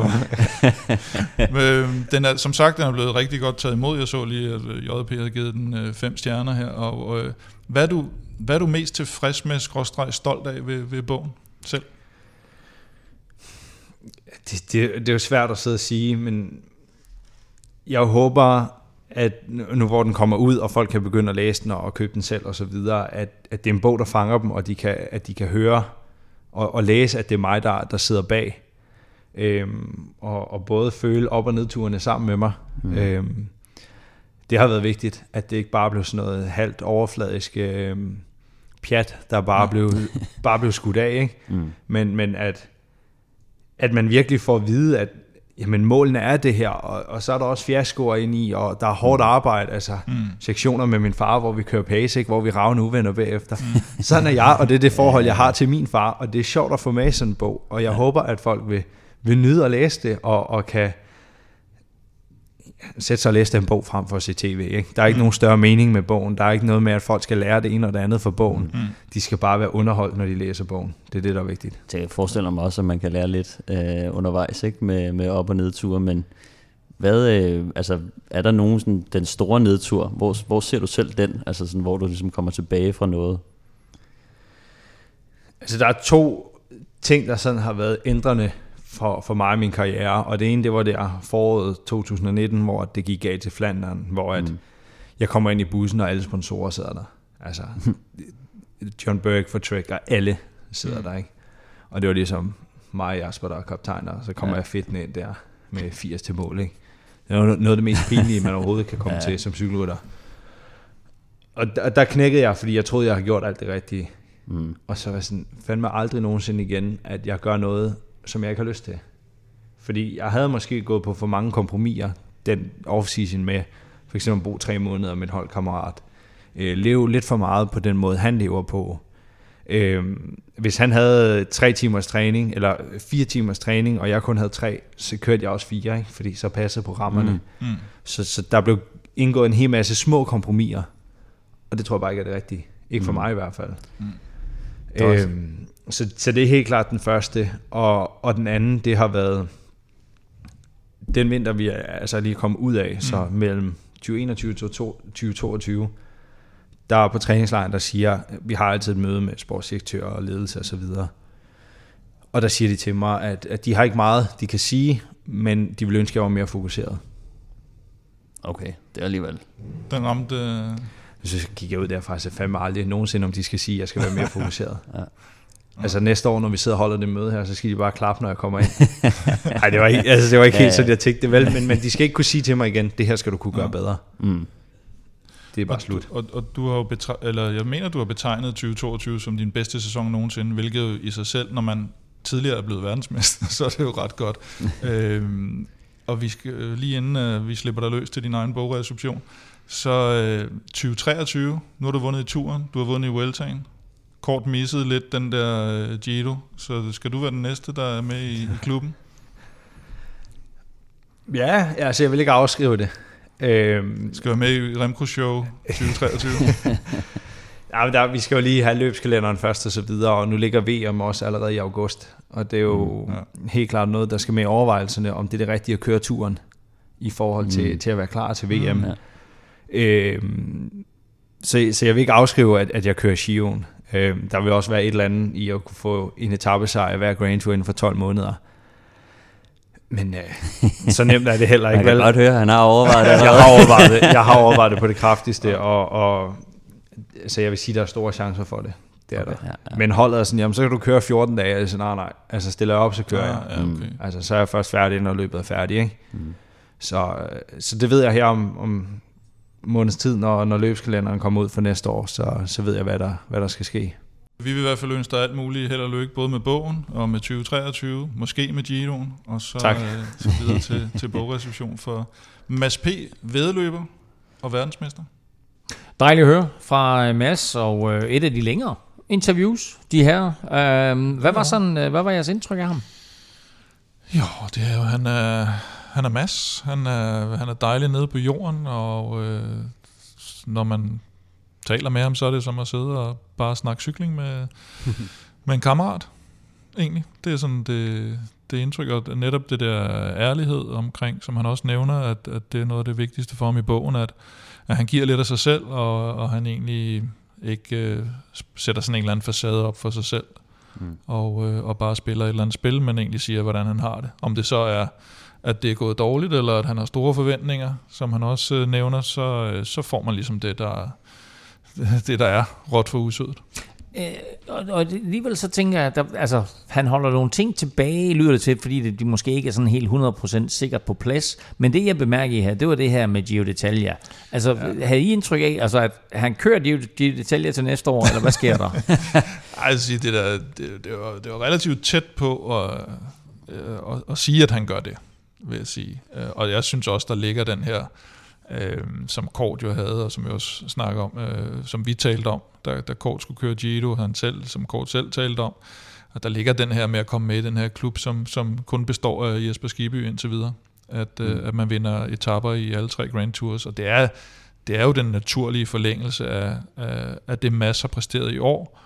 Men, den er, som sagt, den er blevet rigtig godt taget imod. Jeg så lige, at J P havde givet den øh, fem stjerner her. Og øh, hvad, er du, hvad er du mest tilfreds med, skråstreg stolt af ved, ved bogen selv? Det, det, det er jo svært at sidde og sige, men jeg håber, at nu hvor den kommer ud, og folk kan begynde at læse den og købe den selv og så videre, at, at det er en bog, der fanger dem, og de kan, at de kan høre og, og læse, at det er mig, der, der sidder bag. Øhm, og, og både føle op- og nedturene sammen med mig. Mm. Øhm, det har været vigtigt, at det ikke bare blev sådan noget halvt overfladisk øhm, pjat, der bare, mm. blev, bare blev skudt af, ikke? Mm. Men, men at at man virkelig får at vide, at jamen, målene er det her, og, og så er der også fiaskoer ind i, og der er hårdt arbejde, altså mm. sektioner med min far, hvor vi kører pace, ikke? Hvor vi rager uvenner bagefter. Mm. Sådan er jeg, og det er det forhold, jeg har til min far, og det er sjovt at få med i sådan en bog, og jeg ja. håber, at folk vil, vil nyde at læse det, og, og kan sætte sig og læse den bog frem for at se tv. Ikke? Der er ikke mm. nogen større mening med bogen, der er ikke noget med, at folk skal lære det ene og det andet for bogen. Mm. De skal bare være underholdt, når de læser bogen. Det er det, der er vigtigt. Jeg forestiller mig også, at man kan lære lidt øh, undervejs, ikke? Med, med op- og nedture, men hvad, øh, altså, er der nogen sådan, den store nedtur? Hvor, hvor ser du selv den? Altså sådan, hvor du ligesom kommer tilbage fra noget? Altså der er to ting, der sådan har været ændrende for, for mig og min karriere, og det ene, det var der foråret to tusind nitten, hvor det gik galt til Flandern, hvor at mm. jeg kommer ind i bussen, og alle sponsorer sidder der. Altså, John Burke for Trek, og alle sidder mm. der, ikke? Og det var ligesom mig og Jasper, der er kaptajner, og så kommer ja. jeg fedt ind der med firs til mål, ikke? Det er noget af det mest pinlige, man overhovedet kan komme ja. til som cykelrytter. Og der, der knækkede jeg, fordi jeg troede, jeg havde gjort alt det rigtige. Mm. Og så var jeg sådan, fandme aldrig nogensinde igen, at jeg gør noget, som jeg ikke har lyst til. Fordi jeg havde måske gået på for mange kompromiser den off-season med, for eksempel bo tre måneder med en holdkammerat. Øh, leve lidt for meget på den måde, han lever på. Øh, hvis han havde tre timers træning, eller fire timers træning, og jeg kun havde tre, så kørte jeg også fire, ikke? Fordi så passede programmerne. Mm. Mm. Så, så der blev indgået en hel masse små kompromiser, og det tror jeg bare ikke er det rigtige. Ikke for mm. mig i hvert fald. Mm. Øhm, så, så det er helt klart den første, og, og den anden, det har været den vinter, vi er altså lige kommet ud af, mm. så mellem tyve enogtyve og tyve toogtyve, der er på træningslejren, der siger, vi har altid et møde med sportsdirektør og ledelse og så videre, og der siger de til mig, at, at de har ikke meget, de kan sige, men de vil ønske, at jeg var mere fokuseret. Okay, det er alligevel. Den ramte... Så gik jeg ud derfra, så fandme aldrig nogensinde, om de skal sige, at jeg skal være mere fokuseret. Ja. Altså næste år, når vi sidder og holder det møde her, så skal de bare klappe, når jeg kommer ind. Nej, det var ikke, altså, det var ikke helt ja, ja. sådan, jeg tænkte det vel, men, men de skal ikke kunne sige til mig igen, det her skal du kunne gøre ja. bedre. Mm. det er bare og slut. Du, og, og du har jo betre- eller jeg mener, du har betegnet tyve toogtyve som din bedste sæson nogensinde, hvilket jo i sig selv, når man tidligere er blevet verdensmester, så er det jo ret godt. øhm, og vi skal lige inden uh, vi slipper dig løs til din egen bogreception, så uh, tyve treogtyve, nu har du vundet i turen, du har vundet i Vueltaen. Kort misset lidt den der uh, Giro, så skal du være den næste, der er med i, i klubben? Ja, altså jeg vil ikke afskrive det. Øhm, skal være med i Remco Show tyve treogtyve. Ja, men der, vi skal jo lige have løbskalenderen først og så videre, og nu ligger V M også allerede i august, og det er jo mm, ja. helt klart noget, der skal med i overvejelserne, om det er det rigtige at køre turen i forhold til, mm. til at være klar til V M. Mm, ja. øhm, så, så jeg vil ikke afskrive, at, at jeg kører Giroen. Øhm, der vil også være et eller andet i at kunne få en etapesejr hver Grand Tour inden for tolv måneder. Men øh, så nemt er det heller ikke. Jeg kan vel? godt høre, at han har overvejet det. jeg, har overvejet det. jeg har overvejet det på det kraftigste, og, og så jeg vil sige, at der er store chancer for det. Det er okay, der. Ja, ja. Men holdet er sådan, jamen så kan du køre fjorten dage, altså nej, nej. Altså stiller jeg op, så kører jeg. Ja, okay. Altså så er jeg først færdig, når løbet er færdigt, ikke? Mm. Så, så det ved jeg her om, om måneds tid, når, når løbskalenderen kommer ud for næste år, så, så ved jeg, hvad der, hvad der skal ske. Vi vil i hvert fald ønske dig alt muligt held og lykke, både med bogen og med tyve treogtyve, måske med Giroen, og så, øh, så videre til, til bogreception for Mads P., væddeløber og verdensmester. Dejligt at høre fra Mads, og øh, et af de længere interviews, de her. Øh, hvad, var sådan, øh, hvad var jeres indtryk af ham? Jo, det er jo, han er, han er Mads. Han er, han er dejlig nede på jorden, og øh, når man taler med ham, så er det som at sidde og bare snakke cykling med, med en kammerat, egentlig. Det er sådan det, det indtryk, og netop det der ærlighed omkring, som han også nævner, at, at det er noget af det vigtigste for ham i bogen, at, at han giver lidt af sig selv, og, og han egentlig ikke øh, sætter sådan en eller anden facade op for sig selv, mm. og, øh, og bare spiller et eller andet spil, men egentlig siger, hvordan han har det. Om det så er, at det er gået dårligt, eller at han har store forventninger, som han også øh, nævner, så, øh, så får man ligesom det, der det der er råt for usødet. Øh, og, og alligevel så tænker jeg, at der, altså, han holder nogle ting tilbage, lyder det til, fordi det, de måske ikke er sådan helt hundrede procent sikkert på plads. Men det, jeg bemærker her, det var det her med Giro d'Italia. Altså, ja. Havde I indtryk af, altså, at han kører Giro d'Italia til næste år, eller hvad sker der? Altså, det, der, det, det, var, det var relativt tæt på at, at, at sige, at han gør det, vil jeg sige. Og jeg synes også, der ligger den her, Øh, som Kort jo havde, og som jeg også snakker om, øh, som vi talte om, da, da Kort skulle køre Giro, han selv, som Kort selv talte om, at der ligger den her med at komme med i den her klub, som, som kun består af Jesper Skibby indtil videre, at, mm. øh, at man vinder etaper i alle tre Grand Tours, og det er, det er jo den naturlige forlængelse af, af, af det Mads har præsteret i år,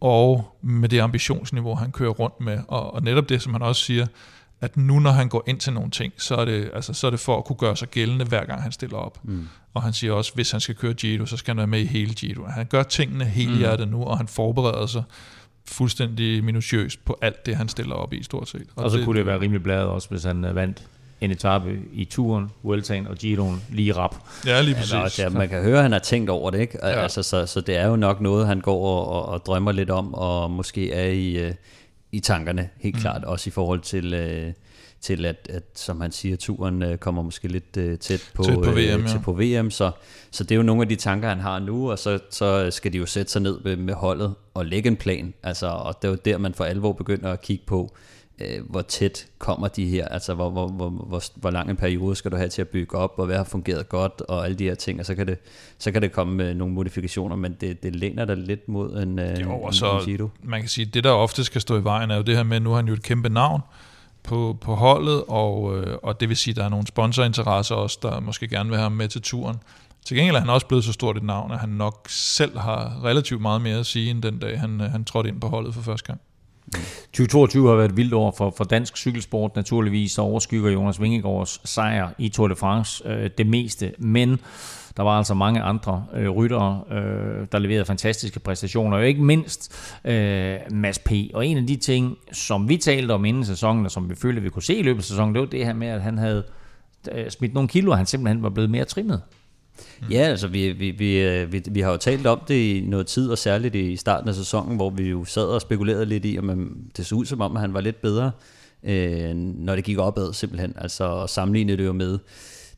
og med det ambitionsniveau, han kører rundt med, og, og netop det, som han også siger, at nu når han går ind til nogle ting, så er det, altså, så er det for at kunne gøre sig gældende, hver gang han stiller op. Mm. Og han siger også, hvis han skal køre Giro, så skal han være med i hele Giro. Han gør tingene hele hjertet mm. nu, og han forbereder sig fuldstændig minutiøst på alt det, han stiller op i, stort set. Og, og så det, kunne det være rimelig bladet også, hvis han vandt en etape i turen, Vueltaen og Giroen lige rap. Ja, lige præcis. Ja, altså, man kan høre, at han har tænkt over det, ikke? Ja. Altså, så, så det er jo nok noget, han går og, og, og drømmer lidt om, og måske er i... Øh, i tankerne, helt mm. klart, også i forhold til, øh, til at, at, som han siger, turen øh, kommer måske lidt øh, tæt på, tæt på V M, øh, til ja. på V M, så, så det er jo nogle af de tanker, han har nu, og så, så skal de jo sætte sig ned med, med holdet og lægge en plan, altså, og det er jo der, man for alvor begynder at kigge på, øh, hvor tæt kommer de her, altså hvor, hvor, hvor, hvor, hvor lang en periode skal du have til at bygge op, og hvad har fungeret godt, og alle de her ting, og så kan det, så kan det komme med nogle modifikationer, men det, det læner der lidt mod en, jo, en, så, en Giro. Man kan sige, det der ofte skal stå i vejen, er jo det her med, at nu har han jo et kæmpe navn på, på holdet, og, og det vil sige, at der er nogle sponsorinteresser også, der måske gerne vil have ham med til turen. Til gengæld er han også blevet så stort et navn, at han nok selv har relativt meget mere at sige, end den dag han, han trådte ind på holdet for første gang. tyve toogtyve har været et vildt år for, for dansk cykelsport. Naturligvis så overskygger Jonas Vingegaards sejr i Tour de France øh, det meste, men der var altså mange andre øh, ryttere, øh, der leverede fantastiske præstationer, og ikke mindst øh, Mads P. Og en af de ting, som vi talte om inden sæsonen, og som vi følte, vi kunne se i løbet af sæsonen, det var det her med, at han havde øh, smidt nogle kilo, og han simpelthen var blevet mere trimmet. Mm. Ja, altså vi, vi, vi, vi, vi har jo talt om det i noget tid, og særligt i starten af sæsonen, hvor vi jo sad og spekulerede lidt i, om det så ud som om, at han var lidt bedre, øh, når det gik opad simpelthen. Altså sammenlignede det jo med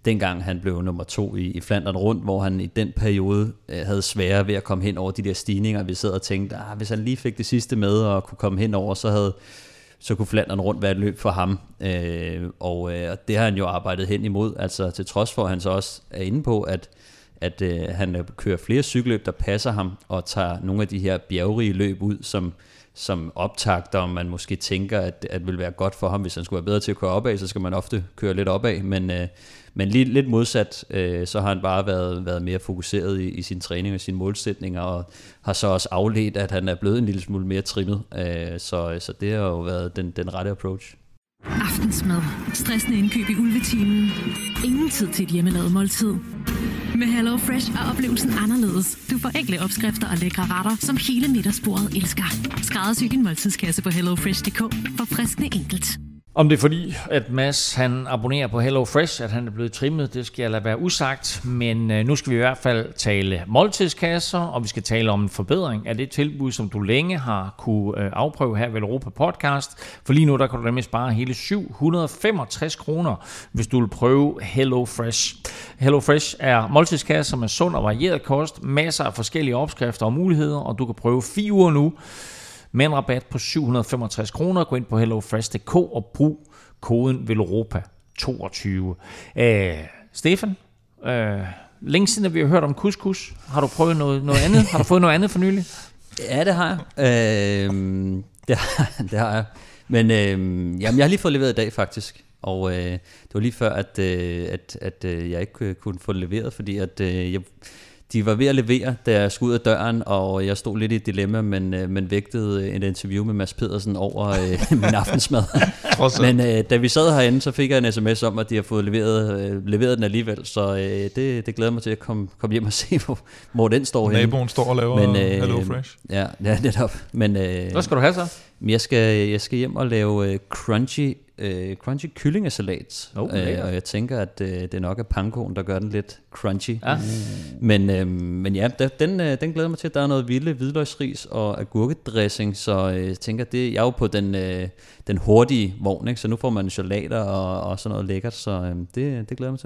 dengang han blev nummer to i, i Flandern rundt, hvor han i den periode øh, havde sværere ved at komme hen over de der stigninger. Vi sad og tænkte, ah, hvis han lige fik det sidste med og kunne komme hen over, så havde så kunne Flandern rundt være et løb for ham. Øh, og øh, det har han jo arbejdet hen imod, altså til trods for, at han så også er inde på, at, at øh, han kører flere cykelløb, der passer ham, og tager nogle af de her bjergrige løb ud, som, som optagter, og man måske tænker, at det vil være godt for ham. Hvis han skulle være bedre til at køre opad, så skal man ofte køre lidt opad, men, øh, men lige, lidt modsat, øh, så har han bare været, været mere fokuseret i, i sin træning og sine målsætninger, og har så også afledt, at han er blevet en lille smule mere trimmet. Øh, så, så det har jo været den, den rette approach. Aftensmad. Stressende indkøb i ulvetimen. Ingen tid til et hjemmelavet måltid. Med Hello Fresh er oplevelsen anderledes. Du får enkle opskrifter og lækre retter, som hele middagsbordet elsker. Skræddersy din måltidskasse på hello fresh punktum d k for friskende enkelt. Om det er fordi, at Mads han abonnerer på Hello Fresh, at han er blevet trimmet, det skal jeg lade være usagt. Men øh, nu skal vi i hvert fald tale måltidskasser, og vi skal tale om en forbedring af det tilbud, som du længe har kunne øh, afprøve her ved Europa Podcast. For lige nu, der kan du nemlig spare hele syv hundrede og femogtres kroner, hvis du vil prøve Hello Fresh. Hello Fresh er måltidskasser med sund og varieret kost, masser af forskellige opskrifter og muligheder, og du kan prøve fire uger nu med en rabat på syv hundrede og femogtres kroner. Gå ind på hello fresh punktum d k og brug koden VELOROPA toogtyve. Æh, Stefan, øh, længe siden at vi har hørt om couscous. Har du prøvet noget, noget andet? Har du fået noget andet for nylig? Ja, det har jeg. Øh, det, har, det har jeg. Men øh, jamen, jeg har lige fået leveret i dag faktisk. Og øh, det var lige før, at, øh, at, at øh, jeg ikke kunne få det leveret, fordi at øh, jeg... De var ved at levere, da jeg skulle ud af døren, og jeg stod lidt i et dilemma, men, øh, men vægtede et interview med Mads Pedersen over øh, min aftensmad. Men øh, da vi sad herinde, så fik jeg en sms om, at de har fået leveret, øh, leveret den alligevel, så øh, det, det glæder mig til at komme, komme hjem og se, hvor, hvor den står henne. Naboen står og laver men, øh, Hello Fresh. Ja, ja, netop. Men, øh, hvad skal du have så? Jeg skal, jeg skal hjem og lave øh, crunchy, øh, crunchy kyllingesalat, oh, øh, og jeg tænker, at øh, det nok er pankoen, der gør den lidt crunchy. Ja. Men, øh, men ja, den, øh, den glæder mig til, at der er noget vilde hvidløgsris og agurkedressing, så øh, jeg tænker, det, jeg er jo på den, øh, den hurtige vogn, ikke? Så nu får man salater og, og sådan noget lækkert, så øh, det, det glæder mig til.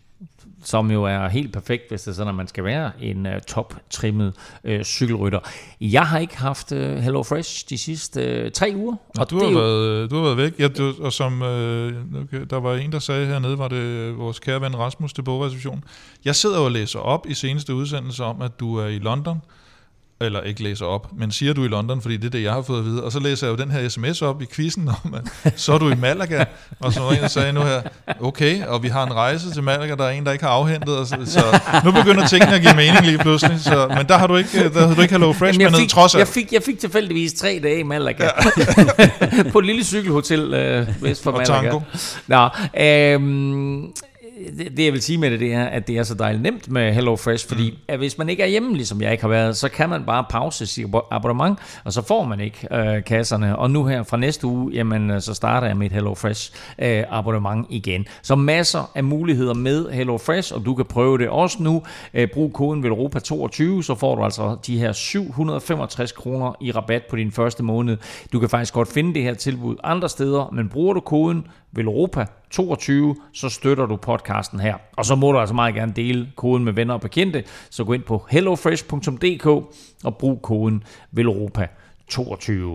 Som jo er helt perfekt, hvis det er sådan, at man skal være en uh, top-trimmet uh, cykelrytter. Jeg har ikke haft uh, Hello Fresh de sidste uh, tre uger. Og du, har jo... været, du har været væk. Ja, du, og som uh, okay, der var en, der sagde hernede, var det vores kære ven Rasmus til bogreceptionen. Jeg sidder og læser op i seneste udsendelse om, at du er i London. Eller ikke læser op, men siger du i London, fordi det er det, jeg har fået at vide. Og så læser jeg jo den her sms op i quizzen om, at så er du i Malaga. Og så var en, der sagde nu her, okay, og vi har en rejse til Malaga, der er en, der ikke har afhentet. Og så, så nu begynder tingene at give mening lige pludselig. Så, men der har du ikke, der havde du ikke Hello Fresh med ned, trods alt. Jeg fik, jeg fik tilfældigvis tre dage i Malaga. Ja. På et lille cykelhotel øh, vest for Malaga. Og tango. Nå, øhm, Det, det jeg vil sige med det, det er, at det er så dejligt nemt med Hello Fresh, fordi mm. at hvis man ikke er hjemme, ligesom jeg ikke har været, så kan man bare pause sit abonnement, og så får man ikke øh, kasserne. Og nu her fra næste uge, jamen, så starter jeg med et Hello Fresh øh, abonnement igen. Så masser af muligheder med Hello Fresh, og du kan prøve det også nu. Øh, brug koden VELOROPA toogtyve, så får du altså de her syv hundrede og femogtres kroner i rabat på din første måned. Du kan faktisk godt finde det her tilbud andre steder, men bruger du koden VELOROPA toogtyve, så støtter du podcasten her. Og så må du altså meget gerne dele koden med venner og bekendte, så gå ind på hello fresh punktum d k og brug koden VELOROPA toogtyve.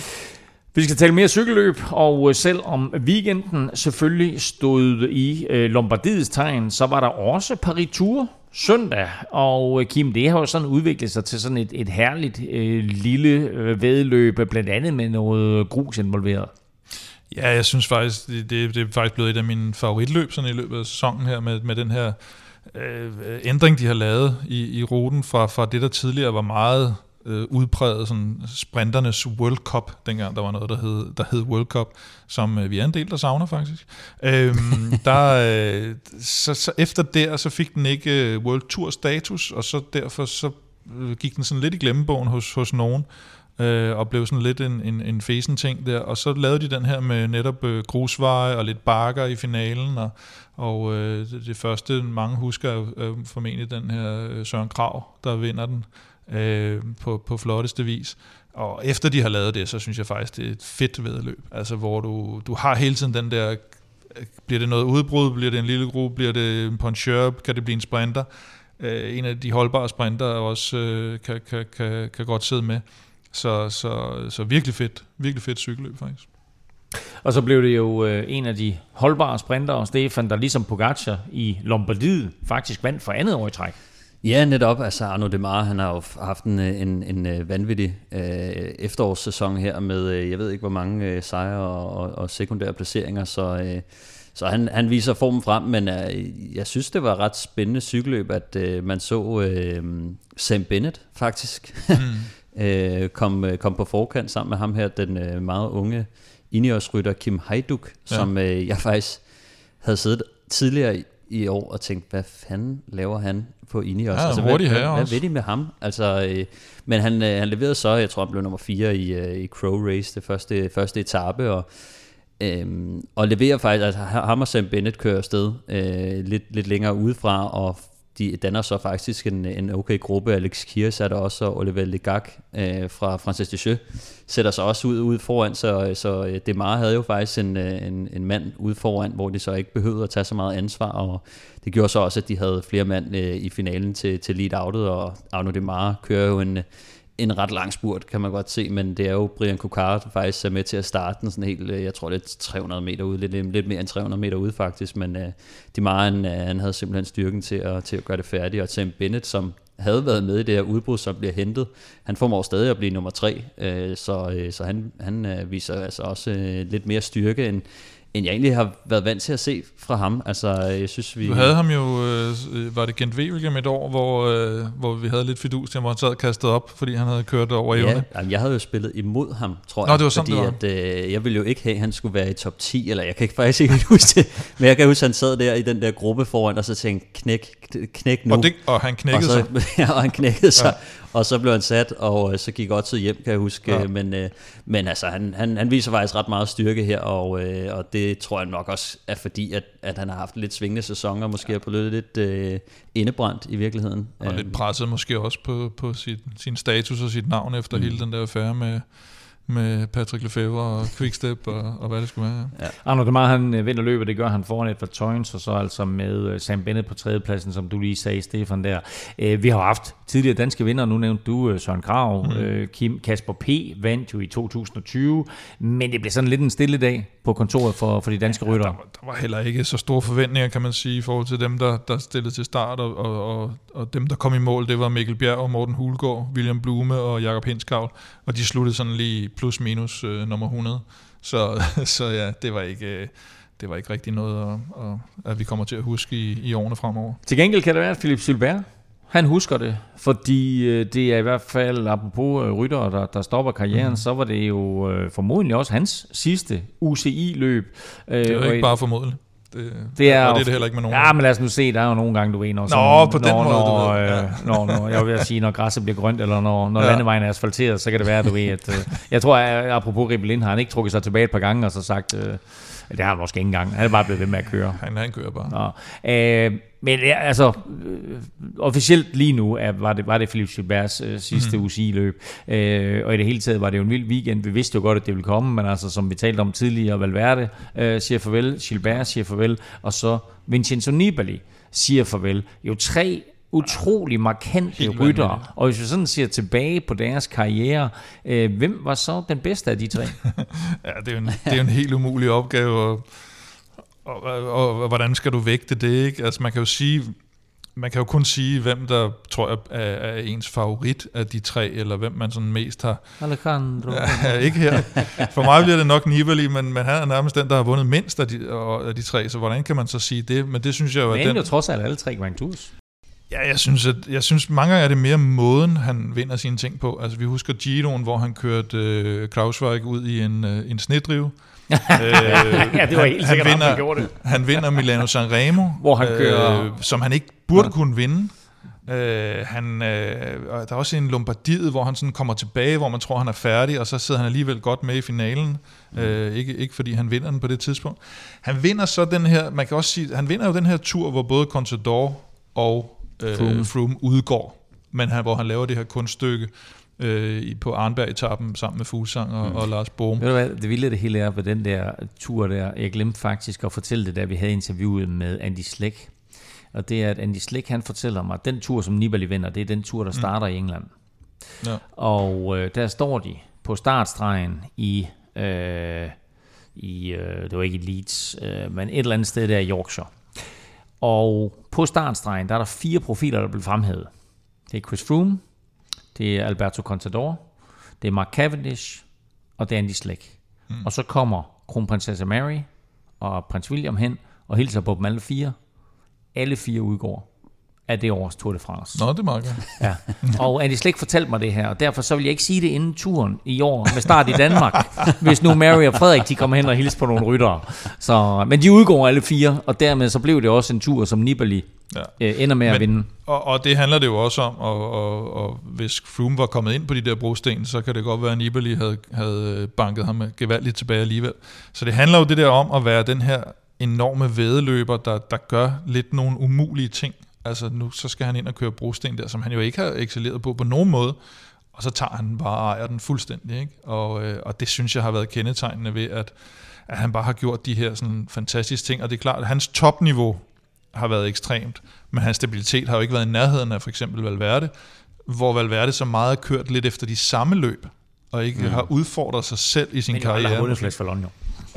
Vi skal tale mere cykelløb, og selv om weekenden selvfølgelig stod i Lombardiets tegn, så var der også Paris-Tours søndag, og Kim, det har jo sådan udviklet sig til sådan et, et herligt øh, lille øh, væddeløb, blandt andet med noget grus involveret. Ja, jeg synes faktisk, det, det, det er faktisk blevet et af mine favoritløb sådan i løbet af sæsonen her, med, med den her øh, ændring, de har lavet i, i ruten fra, fra det, der tidligere var meget øh, udpræget, sådan sprinternes World Cup, dengang der var noget, der hed, der hed World Cup, som øh, vi er en del, der savner faktisk. Øhm, der, øh, så, så efter der, så fik den ikke øh, World Tour status, og så derfor så øh, gik den sådan lidt i glemmebogen hos, hos nogen, og blev sådan lidt en, en, en fesen ting der, og så lavede de den her med netop øh, grusveje og lidt bakker i finalen, og, og øh, det, det første mange husker er øh, formentlig den her øh, Søren Kragh, der vinder den øh, på, på flotteste vis. Og efter de har lavet det, så synes jeg faktisk, det er et fedt væddeløb, altså hvor du, du har hele tiden den der bliver det noget udbrud, bliver det en lille gruppe, bliver det en puncheur, kan det blive en sprinter. Øh, en af de holdbare sprinter også øh, kan, kan, kan, kan godt sidde med. Så, så, så virkelig fedt, virkelig fedt cykelløb faktisk. Og så blev det jo øh, en af de holdbare sprintere, Stefan, der ligesom Pogacar i Lombardiet faktisk vandt for andet år i træk. Ja, netop. Altså Arnaud Démare, han har jo haft en, en, en vanvittig øh, efterårssæson her med, øh, jeg ved ikke hvor mange øh, sejre og, og, og sekundære placeringer, så, øh, så han, han viser formen frem, men øh, jeg synes, det var ret spændende cykelløb, at øh, man så øh, Sam Bennett faktisk mm. øh, kom, kom på forkant sammen med ham her, den øh, meget unge Ineos-rytter Kim Hajduk, ja. som øh, jeg faktisk havde siddet tidligere i, i år og tænkt, hvad fanden laver han på Ineos? Ja, altså, hvad, hvad, hvad ved de med ham? Altså, øh, men han, øh, han leverede så, jeg tror han blev nummer fire i, øh, i Crow Race, det første, første etape, og, øh, og leverer faktisk, altså ham og Sam Bennett kører afsted øh, lidt, lidt længere udefra, og de danner så faktisk en, en okay gruppe. Alex Kiers er der også, og Oliver Legac øh, fra Francis Deschamps sætter sig også ud, ud foran, så, så Démare havde jo faktisk en, en, en mand ude foran, hvor de så ikke behøvede at tage så meget ansvar, og det gjorde så også, at de havde flere mand øh, i finalen til, til lead-outet, og Arnaud Démare kører jo en, en ret lang spurt, kan man godt se, men det er jo Brian Cocard, der faktisk er med til at starte den sådan helt, jeg tror det er tre hundrede meter ude, lidt, lidt mere end tre hundrede meter ude faktisk, men uh, Démare, han, han havde simpelthen styrken til at, til at gøre det færdigt, og Sam Bennett, som havde været med i det her udbrud, som bliver hentet, han formår stadig at blive nummer tre, uh, så, uh, så han, han uh, viser altså også uh, lidt mere styrke, end end jeg egentlig har været vant til at se fra ham. Altså, jeg synes, vi... Du havde ham jo, øh, var det Gent Wevelgem et år, hvor, øh, hvor vi havde lidt fidus til, hvor han sad kastet op, fordi han havde kørt over evne. Ja, jeg havde jo spillet imod ham, tror Nå, jeg. det var sådan, fordi det var. At, øh, jeg ville jo ikke have, at han skulle være i top ti, eller jeg kan ikke faktisk ikke huske det, men jeg kan huske, at han sad der i den der gruppe foran, og så tænkte, knæk, knæk nu. Og, det, og han knækkede og så, sig. Ja, og han knækkede sig. Ja. Og så blev han sat, og øh, så gik godt til hjem, kan jeg huske. Ja. Men, øh, men altså, han, han, han viser faktisk ret meget styrke her, og, øh, og det tror jeg nok også er fordi, at, at han har haft lidt svingende sæsoner, måske har på lidt øh, indebrændt i virkeligheden. Og lidt presset måske også på, på sit, sin status og sit navn efter mm. hele den der affære med... med Patrick Lefevre og Quickstep og, og hvad det skulle være. Ja. Arnaud Démare, han vinder løbet, det gør han foran Edvard Theuns, og så altså med Sam Bennett på tredjepladsen, som du lige sagde, Stefan, der. Vi har haft tidligere danske vinder, nu nævnte du Søren Kragh, mm. Kim Kasper P. vandt jo i to tusind og tyve, men det blev sådan lidt en stille dag på kontoret for, for de danske ja, ryttere. Der, der var heller ikke så store forventninger, kan man sige, i forhold til dem, der, der stillede til start, og, og, og, og dem, der kom i mål, det var Mikkel Bjerg, Morten Hulgaard, William Blume og Jakob Hinskavl, og de sluttede sådan lige plus minus øh, nummer hundrede. Så, så ja, det var ikke... Øh, det var ikke rigtig noget, at, at, at vi kommer til at huske i, i årene fremover. Til gengæld kan det være, at Philippe Gilbert, han husker det, fordi det er i hvert fald, apropos ryttere, der, der stopper karrieren, mm. så var det jo øh, formodentlig også hans sidste U C I-løb. Det er jo ikke bare formodentlig. Det, det er, og det er det heller ikke med nogen. Ja, men lad os nu se, der er jo nogle gange, du ved, når, Nå, sådan, på den når, måde, når, du ved. Øh, ja. når, når, jeg vil sige, når græsset bliver grønt, eller når, når ja. landevejen er asfalteret, så kan det være, du ved, at... Øh, jeg tror, at, apropos Ribelin, har han ikke trukket sig tilbage et par gange, og så sagt... Øh, det har han måske ikke engang. Han er bare blevet ved med at køre. Han, han kører bare. Nå. Øh, men ja, altså, øh, officielt lige nu er, var, det, var det Philippe Gilberts øh, sidste mm. U C I-løb. Øh, og i det hele taget var det jo en vild weekend. Vi vidste jo godt, at det ville komme, men altså, som vi talte om tidligere, Valverde øh, siger farvel, Gilbert siger farvel, og så Vincenzo Nibali siger farvel. Jo tre utrolig markante ryttere. Og hvis vi sådan ser tilbage på deres karriere, øh, hvem var så den bedste af de tre? Ja, det er jo en, det er jo en helt umulig opgave, og, og, og, og, og hvordan skal du vægte det, ikke? Altså man kan jo sige, man kan jo kun sige, hvem der tror jeg er, er ens favorit af de tre, eller hvem man sådan mest har... Alejandro. Ja, ikke her. For mig bliver det nok Nibali, men, men han er nærmest den, der har vundet mindst af de, af de tre, så hvordan kan man så sige det? Men det synes jeg jo, men at den... jo trods alt alle tre Grand Tours. Ja, jeg synes, at, jeg synes mange gange er det mere måden, han vinder sine ting på. Altså vi husker Giroen, hvor han kørte øh, Krausweig ud i en, øh, en snedrive. øh, ja, det var helt han, sikkert, han vinder, han gjorde det. Han vinder Milano Sanremo, hvor han kører... øh, som han ikke burde ja. kunne vinde. Øh, han, øh, der er også en Lombardiet, hvor han sådan kommer tilbage, hvor man tror, han er færdig, og så sidder han alligevel godt med i finalen. Mm. Øh, ikke, ikke fordi han vinder den på det tidspunkt. Han vinder så den her, man kan også sige, han vinder jo den her tur, hvor både Contador og Froome. Øh, Froome udgår, men han, hvor han laver det her kunststykke øh, på Arnberg-etappen sammen med Fuglsang og, mm. og Lars Bohm. Ved du hvad, det vilde det hele er på den der tur der, jeg glemte faktisk at fortælle det, da vi havde interviewet med Andy Schleck. Og det er, at Andy Schleck, han fortæller mig, at den tur, som Nibali vinder, det er den tur, der starter mm. i England. Ja. Og øh, der står de på startstregen i, øh, i øh, det var ikke i Leeds, øh, men et eller andet sted der i Yorkshire. Og på startstregen, der er der fire profiler, der bliver fremhævet. Det er Chris Froome, det er Alberto Contador, det er Mark Cavendish, og det er Andy Schleck. Mm. Og så kommer kronprinsesse Mary og prins William hen og hilser på dem alle fire. Alle fire udgår af det års Tour de France. Nå, det er meget godt. Ja. Og Andy Schleck fortalte mig det her, og derfor så vil jeg ikke sige det inden turen i år med start i Danmark, hvis nu Mary og Frederik de kommer hen og hilser på nogle ryttere. Så, men de udgår alle fire, og dermed så blev det også en tur, som Nibali ja. øh, ender med men, at vinde. Og, og det handler det jo også om, og, og, og hvis Froome var kommet ind på de der brosten, så kan det godt være, at Nibali havde, havde banket ham gevaldigt tilbage alligevel. Så det handler jo det der om at være den her enorme væddeløber, der, der gør lidt nogle umulige ting. Altså nu så skal han ind og køre brosten der, som han jo ikke har excelleret på på nogen måde, og så tager han bare og ejer den fuldstændig, ikke? Og, øh, og det synes jeg har været kendetegnende ved, at, at han bare har gjort de her sådan fantastiske ting, og det er klart, at hans topniveau har været ekstremt, men hans stabilitet har jo ikke været i nærheden af for eksempel Valverde, hvor Valverde så meget har kørt lidt efter de samme løb, og ikke mm. har udfordret sig selv i sin men karriere. Men har vundet flest for London.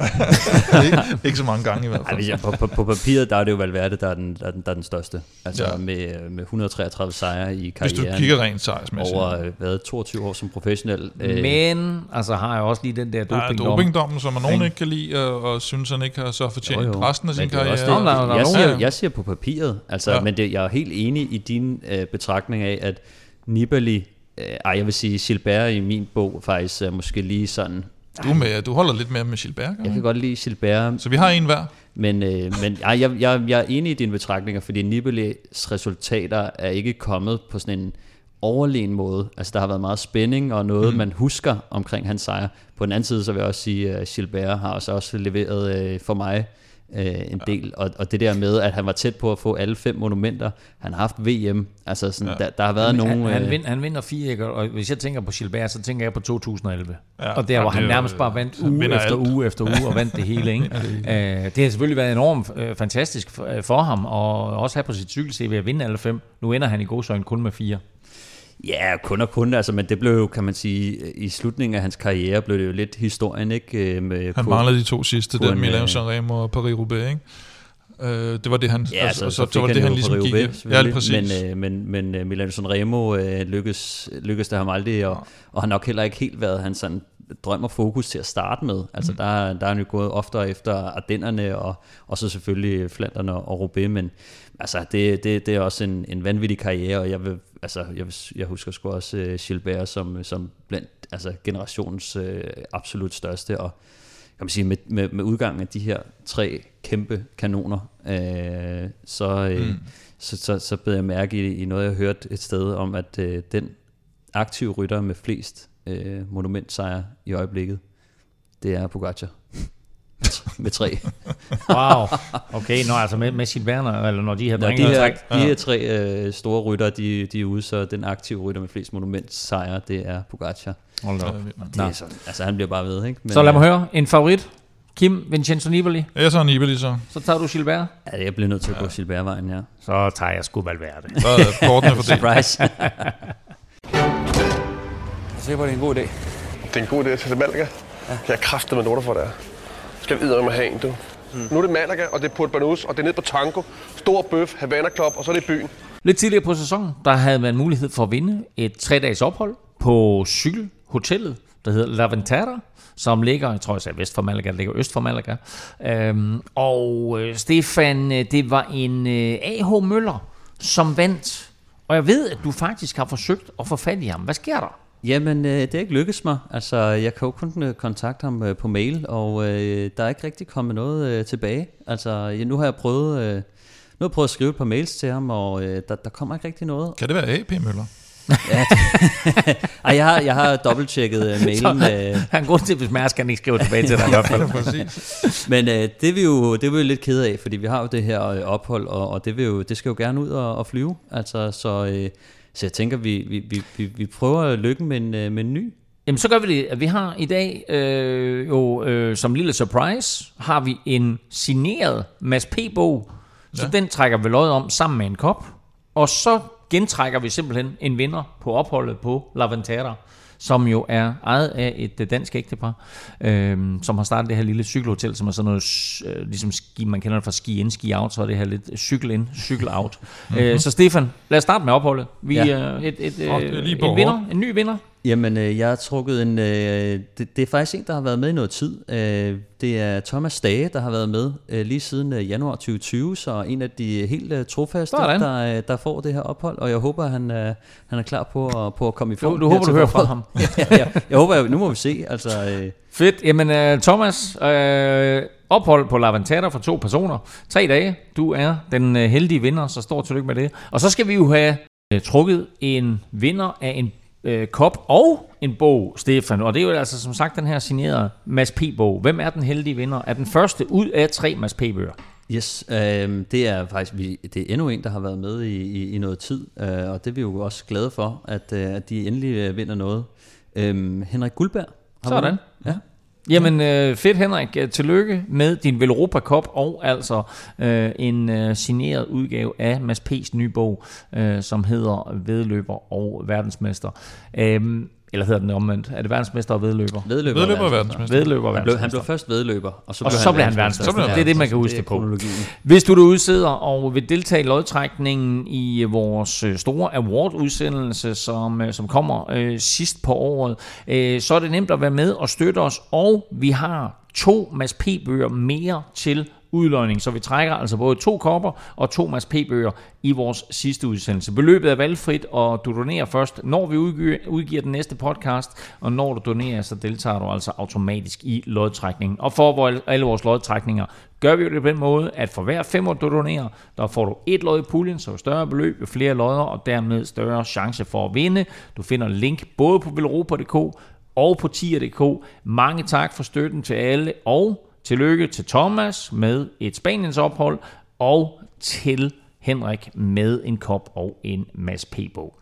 ikke, ikke så mange gange i hvert fald. Ej, på, på, på papiret der er det jo Valverde, der er den, der er den, der er den største. Altså ja. med, med et hundrede og treogtredive sejre i karrieren. Hvis du kigger rent sejrsmæssigt. Over hvad, toogtyve år som professionel. Men altså har jeg også lige den der dopingdom. Ja, dopingdommen, som man nogen ikke kan lide, og, og synes han ikke har så fortjent jo, jo. resten af sin karriere. Det, det, jeg, jeg, siger, jeg siger på papiret, altså, ja. men det, jeg er helt enig i din øh, betragtning af, at Nibali, øh, ej, jeg vil sige Gilbert i min bog faktisk er måske lige sådan. Du, med, du holder lidt mere med Gilbert, Jeg kan godt lide Gilbert. Så vi har en hver. Men, øh, men ej, jeg, jeg, jeg er enig i dine betragtninger, fordi Nibalis resultater er ikke kommet på sådan en overlegen måde. Altså der har været meget spænding og noget, mm. man husker omkring hans sejr. På den anden side, så vil jeg også sige, at Gilbert har også, også leveret øh, for mig øh, en ja. del. Og, og det der med, at han var tæt på at få alle fem monumenter. Han har haft V M. Altså sådan, ja. der, der har været nogle... Han, han, vind, han vinder fire, ikke? Og hvis jeg tænker på Gilbert, så tænker jeg på to tusind og elleve. Ja. Og der, hvor ja, han nærmest bare vandt uge efter alt. uge efter uge og vandt det hele. Ikke? ja, det, det har selvfølgelig været enormt øh, fantastisk for, for ham, og også have på sit cykel ved at vinde alle fem. Nu ender han i godsøjne kun med fire. Ja, kun og kun, altså, men det blev jo, kan man sige, i slutningen af hans karriere blev det jo lidt historien, ikke? Med han manglede de to sidste, der Milano Sanremo og Paris-Roubaix, ikke? Uh, det var det, han, ja, altså, og så, så, så var det, han ligesom gik. Ja, men, men, men, men Milano Sanremo uh, lykkedes, lykkedes det ham aldrig, og, og har nok heller ikke helt været hans sådan drøm og fokus til at starte med. Altså, mm. der, der er han jo gået oftere efter Ardennerne, og, og så selvfølgelig Flanderne og Roubaix, men altså, det, det, det er også en, en vanvittig karriere, og jeg vil Altså, jeg, jeg husker sgu også uh, Gilbert som, som blandt altså, generationens uh, absolut største, og kan man sige, med, med, med udgangen af de her tre kæmpe kanoner, uh, så, uh, mm. så, så, så bed jeg mærke i, i noget, jeg hørte et sted om, at uh, den aktive rytter med flest uh, monumentsejre i øjeblikket, det er Pogacar. med tre. Wow. Okay, nå, altså med, med Silverner, eller når de her drenge... Ja, de her, de her tre øh, store rytter, de, de er ude, så den aktive rytter med flest monumentsejre, det er Pogacar. Hold da. Det er sådan, altså han bliver bare ved, ikke? Men, så lad mig høre, en favorit? Kim, Vincenzo Nibali? Ja, så Nibali, så. Så tager du Gilbert? Ja, jeg bliver nødt til at gå ja. Gilbert-vejen, ja. Så tager jeg sgu Valverde. Så er kortene for det. Surprise. Så var det en god idé. Det er en god idé at tage til Malaga. Ja. Jeg er kraftet med noter for det her. Skal vi edderme have en, du. Mm. Nu er det Malaga, og det er Port Banús, og det er nede på Tango. Stor bøf, Havana Club, og så er det i byen. Lidt tidligere på sæsonen, der havde man mulighed for at vinde et tre-dages ophold på cykelhotellet, der hedder La Ventana, som ligger, jeg tror jeg sagde vest for Malaga, det ligger øst for Malaga. Øhm, og øh, Stefan, det var en øh, A H Møller, som vandt. Og jeg ved, at du faktisk har forsøgt at få fat i ham. Hvad sker der? Jamen, øh, det er ikke lykkedes mig. Altså, jeg kan jo kun kontakte ham øh, på mail, og øh, der er ikke rigtig kommet noget øh, tilbage. Altså, ja, nu har jeg prøvet, øh, nu har jeg prøvet at skrive et par mails til ham, og øh, der, der kommer ikke rigtig noget. Kan det være A P Møller? Ja, Ej, jeg har, jeg har dobbelttjekket uh, mailen. Uh, han går til, hvis Mærsk kan ikke skrive tilbage til dig i hvert fald. Men uh, det er vi jo det er vi jo lidt kede af, fordi vi har jo det her uh, ophold, og, og det, vil jo, det skal jo gerne ud og, og flyve. Altså, så uh, så jeg tænker, vi, vi, vi, vi, vi prøver lykken med en, med en ny. Jamen, så gør vi det. Vi har i dag, øh, jo øh, som lille surprise, har vi en signeret Mads P-bog, så ja. Den trækker vi lod om sammen med en kop, og så gentrækker vi simpelthen en vinder på opholdet på La Ventana, som jo er ejet af et dansk ægtepar, øh, som har startet det her lille cykelhotel, som er sådan noget, øh, ligesom ski, man kender det fra ski in, ski out, så er det her lidt cykel in, cykel out. Mm-hmm. øh, så Stefan, lad os starte med opholdet. Vi er ja. et, et, et, en vinder, en ny vinder. Jamen, øh, jeg har trukket en... Øh, det, det er faktisk en, der har været med i noget tid. Øh, det er Thomas Stage, der har været med øh, lige siden øh, januar tyve tyve, så en af de helt øh, trofaste, der, øh, der får det her ophold, og jeg håber, han, øh, han er klar på at, på at komme i form. Du, du håber, du hører fra ham. ja, ja, jeg håber, jeg, nu må vi se. Altså, øh. Fedt. Jamen, øh, Thomas, øh, ophold på La Ventana for to personer. Tre dage. Du er den øh, heldige vinder, så stor tillykke med det. Og så skal vi jo have øh, trukket en vinder af en Øh, kop og en bog, Stefan. Og det er jo altså som sagt den her signerede Mads P-bog. Hvem er den heldige vinder? Er den første ud af tre Mads P-bøger? Yes, øh, det er faktisk vi, det er endnu en, der har været med i, i, i noget tid, øh, og det er vi jo også glade for, at, øh, at de endelig øh, vinder noget. Øh, Henrik Guldberg har Sådan. Ja. Jamen øh, fedt Henrik, tillykke med din Velropa Cup og altså øh, en øh, signeret udgave af Mads P's nye bog, øh, som hedder Væddeløber og verdensmester. Øh, Eller hedder den omvendt? Er det verdensmester og vedløber? Vedløber, vedløber og verdensmester. Vedløber og han, blev, han blev først vedløber, og så blev, og han, så blev han verdensmester. verdensmester. Det er det, man kan huske det på. Hvis du derude sidder og vil deltage i lodtrækningen i vores store award-udsendelse, som, som kommer øh, sidst på året, øh, så er det nemt at være med og støtte os, og vi har to Mads P-bøger mere til udløjning, så vi trækker altså både to kopper og to Mads P-bøger i vores sidste udsendelse. Beløbet er valgfrit, og du donerer først, når vi udgiver, udgiver den næste podcast, og når du donerer, så deltager du altså automatisk i lodtrækningen. Og for alle vores lodtrækninger gør vi jo det på den måde, at for hver femmer du donerer, der får du et lod i puljen, så større beløb, jo flere lodder, og dermed større chance for at vinde. Du finder link både på velropa punktum d k og på tier punktum d k. Mange tak for støtten til alle, og tillykke til Thomas med et Spaniens ophold, og til Henrik med en kop og en Mads P-bog.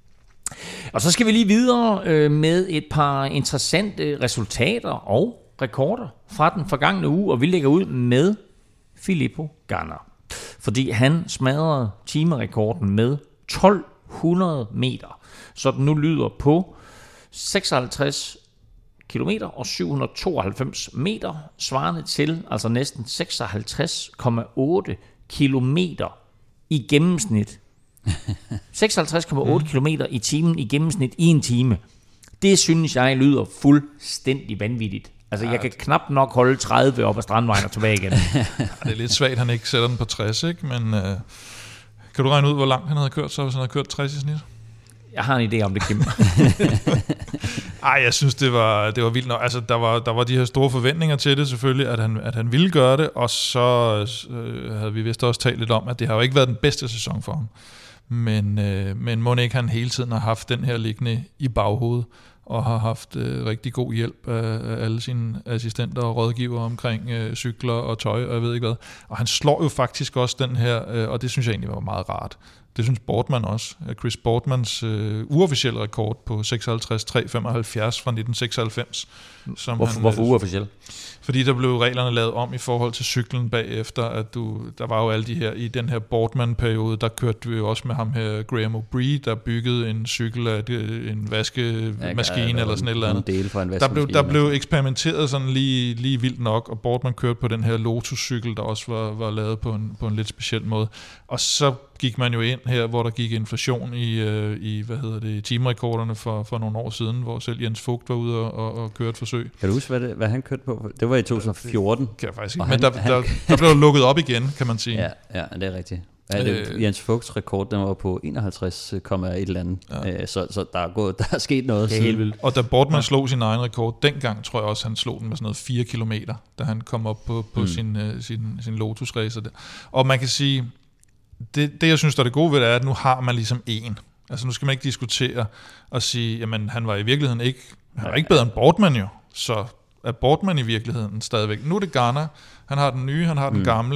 Og så skal vi lige videre øh, med et par interessante resultater og rekorder fra den forgangne uge, og vi lægger ud med Filippo Ganna, fordi han smadrede timerekorden med tolv hundrede meter, så den nu lyder på seksoghalvtreds kilometer og syv hundrede og tooghalvfems meter, svarende til altså næsten seksoghalvtreds komma otte kilometer i gennemsnit. seksoghalvtreds komma otte kilometer i timen i gennemsnit i en time. Det synes jeg lyder fuldstændig vanvittigt. Altså, jeg kan knap nok holde tredive op ad Strandvejen og tilbage igen. Det er lidt svagt, han ikke sætter den på tres, ikke? Men øh, kan du regne ud, hvor langt han havde kørt, så hvis han havde kørt tres i snit? Jeg har en idé om det, Kim. Ej, jeg synes, det var, det var vildt nok. Altså, der var, der var de her store forventninger til det selvfølgelig, at han, at han ville gøre det, og så øh, havde vi vist også talt lidt om, at det har jo ikke været den bedste sæson for ham. Men, øh, men må ikke han hele tiden har haft den her liggende i baghovedet, og har haft øh, rigtig god hjælp af, af alle sine assistenter og rådgivere omkring øh, cykler og tøj, og jeg ved ikke hvad. Og han slår jo faktisk også den her, øh, og det synes jeg egentlig var meget rart. Det synes Boardman også. Chris Boardmans øh, uofficielle rekord på seksoghalvtreds komma tre femoghalvfjerds fra nitten seksoghalvfems. Som hvorfor han, hvorfor uofficiel? Fordi der blev reglerne lavet om i forhold til cyklen bagefter, at du, der var jo alle de her, i den her Boardman-periode, der kørte vi jo også med ham her, Graham O'Brien, der byggede en cykel af en vaskemaskine ja, eller sådan et eller andet. Del for en der, blev, der blev eksperimenteret sådan lige, lige vildt nok, og Boardman kørte på den her Lotus-cykel, der også var, var lavet på en, på en lidt speciel måde. Og så gik man jo ind her, hvor der gik inflation i, øh, i hvad hedder det, timerekorderne for, for nogle år siden, hvor selv Jens Vogt var ude og, og, og kørte et forsøg. Kan du huske, hvad, det, hvad han kørte på? Det var i to tusind og fjorten. Det kan jeg faktisk ikke, men han, der, han, der, der blev lukket op igen, kan man sige. Ja, ja, det er rigtigt. Ja, det, øh, Jens Vogts rekord, den var på enoghalvtreds komma et eller andet, ja. så, så der, er gået, der er sket noget. Det er helt vildt. Og da Boardman ja. slog sin egen rekord, dengang tror jeg også, han slog den med sådan noget fire kilometer, da han kom op på, på mm. sin, uh, sin, sin Lotus-racer der. Og man kan sige, det, det jeg synes, der er det gode ved det, er, at nu har man ligesom en. Altså nu skal man ikke diskutere og sige, jamen han var i virkeligheden ikke, han var ikke bedre end Boardman jo, så er Boardman i virkeligheden stadigvæk. Nu er det Ganna, han har den nye, han har den mm. gamle,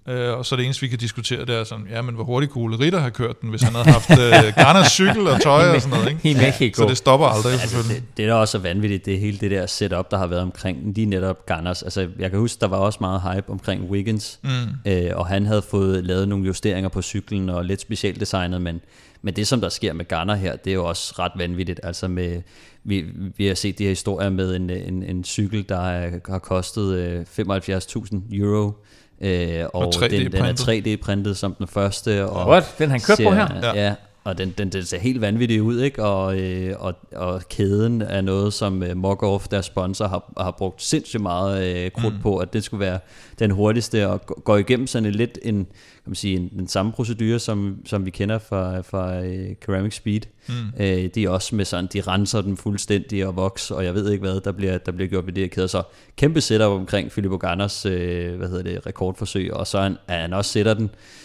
Øh, og så det eneste, vi kan diskutere, det er sådan, ja, men hvor hurtigt kunne Ole Ritter have kørt den, hvis han havde haft øh, Garners cykel og tøj og sådan noget, ikke? I Mexico. Så det stopper aldrig, altså, selvfølgelig. Det, det er da også vanvittigt, det er hele det der setup, der har været omkring lige netop Garners. Altså, jeg kan huske, der var også meget hype omkring Wiggins, mm. øh, og han havde fået lavet nogle justeringer på cyklen og lidt specialdesignet, men, men det, som der sker med Garner her, det er jo også ret vanvittigt. Altså, med, vi, vi har set de her historier med en, en, en cykel, der har kostet øh, femoghalvfjerds tusind euro, Øh, og, og den, den er tre D-printet som den første. Og What? Den han kørte på her? Ja, ja, og den, den, den ser helt vanvittig ud, ikke? Og, øh, og, og kæden er noget, som øh, Mock-Off, deres sponsor, har, har brugt sindssygt meget øh, krudt mm. på, at det skulle være den hurtigste, og går igennem sådan en lidt en, kan man sige, en, den samme procedure, som, som vi kender fra, fra øh, Ceramic Speed. Mm. Øh, de er også med sådan, de renser den fuldstændig og voks, og jeg ved ikke hvad, der bliver, der bliver gjort ved det her kæder. Så kæmpe setup omkring Filippo Ganners øh, hvad hedder det, rekordforsøg, og så er han, er han også sætter den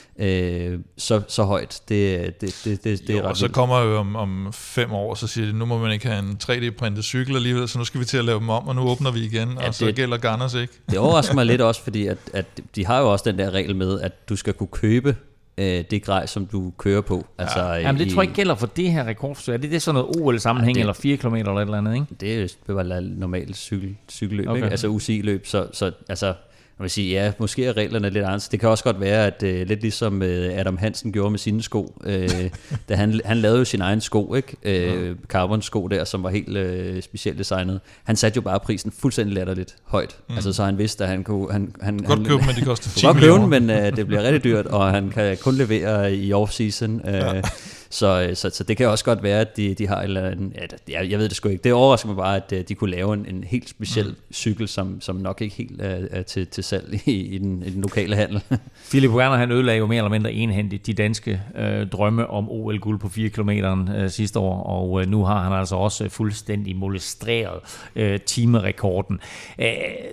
Øh, så, så højt. Det, det, det, det, det jo, er ret og så vildt. kommer jo om, om fem år, så siger de, nu må man ikke have en tre D-printet cykel alligevel, så nu skal vi til at lave dem om, og nu åbner vi igen, ja, og så det, gælder Garners ikke. Det overrasker mig lidt også, fordi at, at de har jo også den der regel med, at du skal kunne købe øh, det grej, som du kører på. Altså, ja. Jamen det i, tror jeg ikke gælder for det her rekordforsøg. Er det, det er sådan noget O L-sammenhæng, ja, eller fire kilometer eller et eller andet, ikke? Det er jo bare normalt cykel, cykelløb, okay. Ikke? Altså U C I-løb, så, så altså... Jeg vil sige, ja, måske er reglerne lidt anderledes. Det kan også godt være, at uh, lidt ligesom uh, Adam Hansen gjorde med sine sko, uh, da han, han lavede jo sin egen sko, ikke? Uh, ja. Carbon-sko der, som var helt uh, specielt designet. Han satte jo bare prisen fuldstændig latterligt højt. Mm. Altså, så han vidste, at han kunne... Han, han, godt han, købe dem, men de koster ti godt købe dem, men uh, det bliver rigtig dyrt, og han kan kun levere i off-season. Uh, ja. Så, så, så det kan også godt være, at de, de har et eller andet, ja, jeg, jeg ved det sgu ikke. Det overrasker mig bare, at de kunne lave en, en helt speciel mm. cykel, som, som nok ikke helt er, er til, til salg i, i, den, i den lokale handel. Filippo Ganna, han ødelagde jo mere eller mindre enhændigt de danske øh, drømme om O L-guld på fire kilometer øh, sidste år, og øh, nu har han altså også fuldstændig molestreret øh, timerekorden. Øh,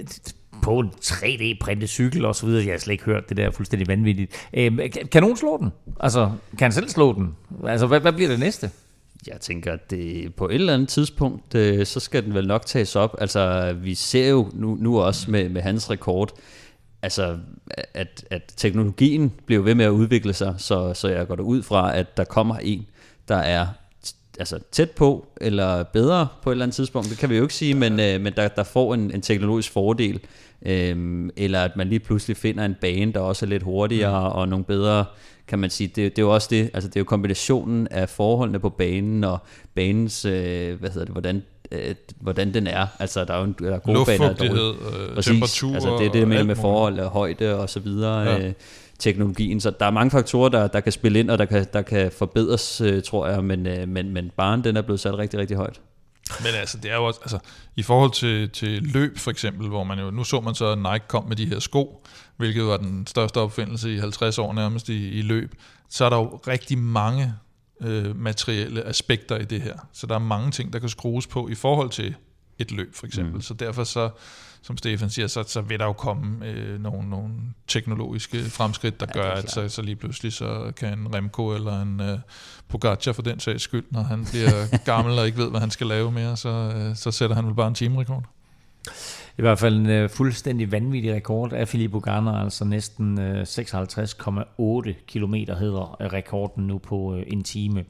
på en tre D-printet cykel og så videre. Jeg har slet ikke hørt det der fuldstændig vanvittigt. Øh, kan nogen slå den? Altså, kan han selv slå den? Altså, hvad, hvad bliver det næste? Jeg tænker, at det, på et eller andet tidspunkt, øh, så skal den vel nok tages op. Altså, vi ser jo nu, nu også med, med hans rekord, altså, at, at teknologien bliver ved med at udvikle sig, så, så jeg går da ud fra, at der kommer en, der er altså tæt på, eller bedre på et eller andet tidspunkt, det kan vi jo ikke sige, men, øh, men der, der får en, en teknologisk fordel, øh, eller at man lige pludselig finder en bane, der også er lidt hurtigere, mm. og nogle bedre, kan man sige, det, det er jo også det, altså det er jo kombinationen af forholdene på banen, og banens, øh, hvad hedder det, hvordan, øh, hvordan den er, altså der er jo en, der er gode baner, luftfugtighed, øh, temperatur, altså det er det med, med forhold og højde og så videre, ja. øh, teknologien, så der er mange faktorer, der, der kan spille ind, og der kan, der kan forbedres, øh, tror jeg, men, øh, men, men baren, den er blevet sat rigtig, rigtig højt. Men altså, det er jo også, altså, i forhold til, til løb for eksempel, hvor man jo, nu så man så, at Nike kom med de her sko, hvilket var den største opfindelse i halvtreds år nærmest i, i løb, så er der jo rigtig mange øh, materielle aspekter i det her. Så der er mange ting, der kan skrues på i forhold til et løb for eksempel. Mm. Så derfor så, som Stefan siger, så, så vil der jo komme øh, nogle, nogle teknologiske fremskridt, der ja, gør, at så, så lige pludselig så kan en Remco eller en øh, Pogacar for den sags skyld, når han bliver gammel og ikke ved, hvad han skal lave mere, så, øh, så sætter han vel bare en timerekord. I hvert fald en øh, fuldstændig vanvittig rekord af Filippo Ganna, altså næsten øh, seksoghalvtreds komma otte kilometer hedder rekorden nu på øh, en time.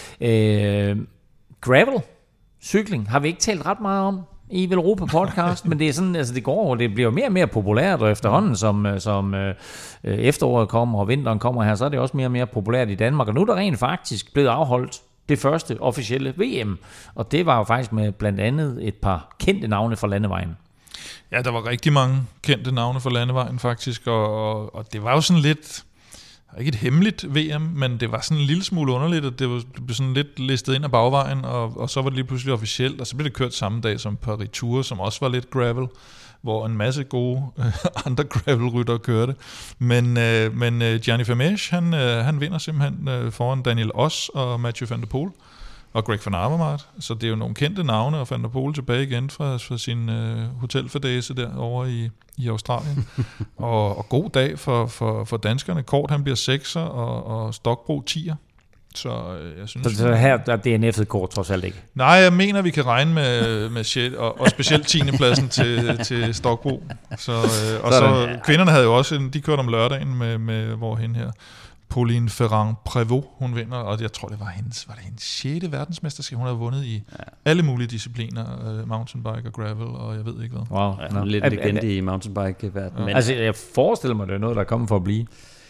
Øh, gravel, cykling, har vi ikke talt ret meget om i Velropa podcast, men det er sådan, altså det går, og det bliver mere og mere populært, og efterhånden som, som øh, efteråret kommer, og vinteren kommer her, så er det også mere og mere populært i Danmark, og nu er der rent faktisk blevet afholdt det første officielle V M, og det var jo faktisk med blandt andet et par kendte navne fra landevejen. Ja, der var rigtig mange kendte navne fra landevejen faktisk, og, og, og det var jo sådan lidt, ikke et hemmeligt V M, men det var sådan en lille smule underligt, og det, var, det blev sådan lidt listet ind af bagvejen, og, og så var det lige pludselig officielt, og så blev det kørt samme dag som Paris Tour, som også var lidt gravel, hvor en masse gode øh, andre gravelryttere kørte. Men, øh, men øh, Gianni Vermeersch, han, øh, han vinder simpelthen øh, foran Daniel Oss og Mathieu van der Poel og Greg van Avermaet. Så det er jo nogle kendte navne, og Van der Poel tilbage igen fra, fra sin øh, hotelfordæse derovre i, i Australien. og, og god dag for, for, for danskerne. Kort, han bliver sekser, og, og Stokbro tier. Så øh, jeg synes... Så her der D N F'et går trods alt ikke? Nej, jeg mener, vi kan regne med, med shit, og, og specielt tiende pladsen til, til Stokbro. Så, øh, og så kvinderne havde jo også, en, de kørte om lørdagen med, med hvor hende her, Pauline Ferrand-Prévot, hun vinder, og jeg tror, det var hendes, var det hendes sjette verdensmesterskab. Hun havde vundet i ja. alle mulige discipliner, uh, mountainbike og gravel, og jeg ved ikke hvad. Wow, ja, no. lidt en legende i mountainbike-verdenen. Ja. Altså, jeg forestiller mig, det er noget, der er kommet for at blive.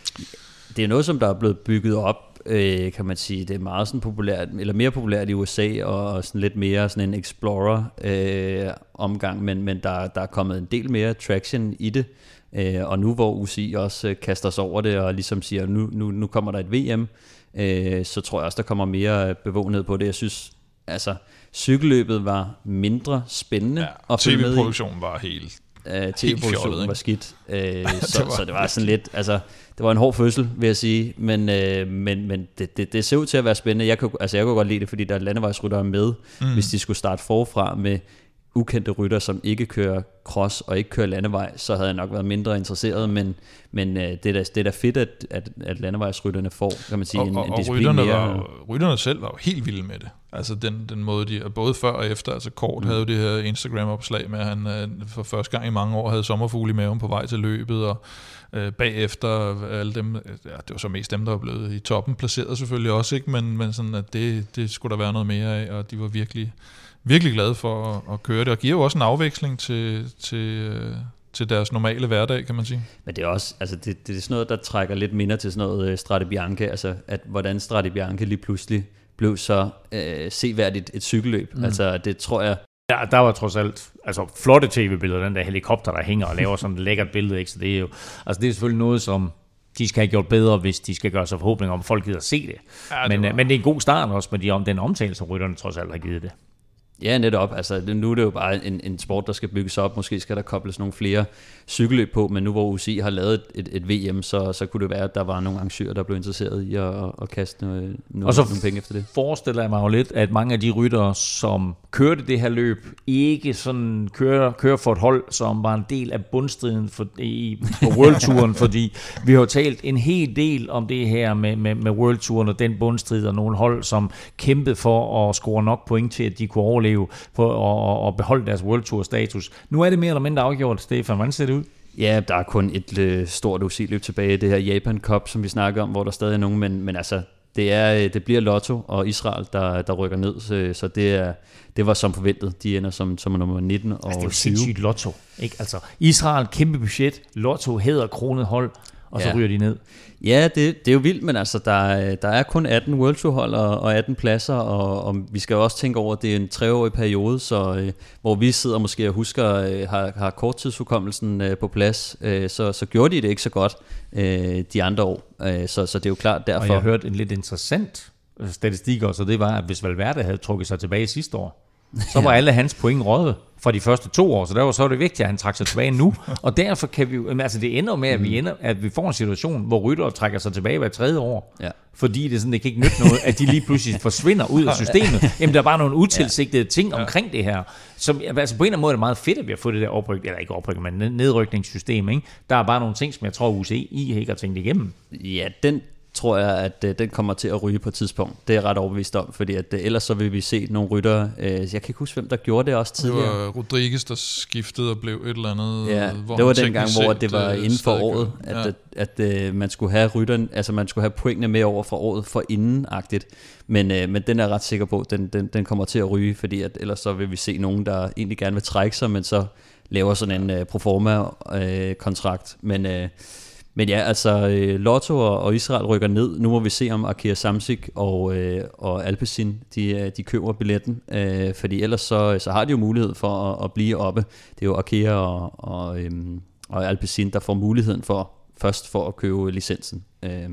Det er noget, som der er blevet bygget op, øh, kan man sige. Det er meget sådan populært, eller mere populært i U S A, og sådan lidt mere sådan en explorer-omgang, øh, men, men der, der er kommet en del mere traction i det. Øh, og nu hvor U C I også øh, kaster sig over det og ligesom siger, nu, nu, nu kommer der et V M, øh, så tror jeg også, der kommer mere bevågenhed på det. Jeg synes, altså, cykelløbet var mindre spændende ja, at følge med i. T V-produktionen var helt Uh, T V-produktionen var skidt, uh, så, det var, så det var sådan lidt, altså, det var en hård fødsel, vil jeg sige, men, uh, men, men det, det, det ser ud til at være spændende. Jeg kunne, altså, jeg kunne godt lide det, fordi der er landevejsryttere med, mm. hvis de skulle starte forfra med ukendte rytter, som ikke kører cross og ikke kører landevej, så havde jeg nok været mindre interesseret, men, men det, er da, det er da fedt, at, at, at landevejsrytterne får, kan man sige, og, en, og, en og disciplin rytterne mere. Var, rytterne selv var jo helt vilde med det. Altså den, den måde, de, både før og efter, altså Kort mm. havde jo det her Instagram-opslag med, at han for første gang i mange år havde sommerfugle i maven på vej til løbet, og øh, bagefter alle dem, ja, det var så mest dem, der var blevet i toppen, placeret selvfølgelig også, ikke? Men, men sådan, at det, det skulle der være noget mere af, og de var virkelig virkelig glade for at, at køre det, og giver jo også en afveksling til, til, til deres normale hverdag, kan man sige. Men det er også, altså det, det er sådan noget, der trækker lidt minder til sådan noget Strade Bianche, altså at hvordan Strade Bianche lige pludselig blev så øh, seværdigt et cykelløb. Mm. Altså det tror jeg... Ja, der var trods alt altså flotte tv-billeder, den der helikopter, der hænger og laver sådan et lækkert billede, ikke? Så det er jo, altså det er selvfølgelig noget, som de skal have gjort bedre, hvis de skal gøre sig forhåbninger om, at folk gider se det. Ja, det men, var... men det er en god start også med de, om den omtale, som rytterne trods alt har givet det. Ja, netop. Altså, nu er det jo bare en, en sport, der skal bygges op. Måske skal der kobles nogle flere cykelløb på, men nu hvor U C I har lavet et, et, et V M, så, så kunne det være, at der var nogle arrangører, der blev interesseret i at, at kaste noget, noget, og så nogle penge efter det. Forestiller jeg mig jo lidt, at mange af de ryttere, som kørte det her løb, ikke sådan kører, kører for et hold, som var en del af bundstriden for, i, på World Touren, fordi vi har jo talt en hel del om det her med, med, med World Touren og den bundstrid, og nogle hold, som kæmpede for at score nok point til, at de kunne overleve på at, at beholde deres World Tour status. Nu er det mere eller mindre afgjort, Stefan. Hvordan ser det ud? Ja, der er kun et øh, stort U C I-løb tilbage, det her Japan Cup, som vi snakker om, hvor der stadig er nogen, men, men altså, det, er, det bliver Lotto og Israel, der, der rykker ned, så, så det, er, det var som forventet. De ender som, som nummer nitten og altså, det er jo sindssygt Lotto, ikke? Altså, Israel, kæmpe budget, Lotto, hæder kronet hold, og så ja. ryger de ned. Ja, det, det er jo vildt, men altså, der, der er kun atten World Tour hold og, og atten pladser, og, og vi skal jo også tænke over, at det er en treårig periode, så, øh, hvor vi sidder måske og husker, øh, har, har korttidshukommelsen øh, på plads, øh, så, så gjorde de det ikke så godt øh, de andre år, øh, så, så det er jo klart derfor. Og jeg har hørt en lidt interessant statistik også, og det var, at hvis Valverde havde trukket sig tilbage sidste år, så var ja. alle hans point røget fra de første to år, så der var så det vigtigt, at han trak sig tilbage nu, og derfor kan vi jo, altså det ender med, at vi, ender, at vi får en situation, hvor ryttere trækker sig tilbage hver tredje år, ja. fordi det, sådan, det kan ikke nytte noget, at de lige pludselig forsvinder ud af systemet. Jamen, der er bare nogle utilsigtede ting ja. omkring det her, som, altså på en eller anden måde er det meget fedt, at vi har fået det der opryk, eller ikke opryk, men nedrykningssystem, ikke? Der er bare nogle ting, som jeg tror, U C I ikke har tænkt igennem. Ja, den tror jeg, at øh, den kommer til at ryge på et tidspunkt. Det er jeg ret overbevist om, fordi at, øh, ellers så vil vi se nogle ryttere. Øh, jeg kan ikke huske, hvem der gjorde det også tidligere. Det var Rodriguez, der skiftede og blev et eller andet. Ja, hvor det var den gang, hvor det var øh, inden for året, at, ja. at, at, at øh, man skulle have rytteren, altså man skulle have pointene med over fra året for inden-agtigt. Men, øh, men den er jeg ret sikker på, den, den, den kommer til at ryge, fordi at ellers så vil vi se nogen, der egentlig gerne vil trække sig, men så laver sådan en øh, proforma-kontrakt. Øh, men øh, Men ja, altså Lotto og Israel rykker ned. Nu må vi se, om Arkea Samsic og, øh, og Alpecin, de, de køber billetten. Øh, fordi ellers så, så har de jo mulighed for at, at blive oppe. Det er jo Arkea og, og, øhm, og Alpecin, der får muligheden for først for at købe licensen. Øh,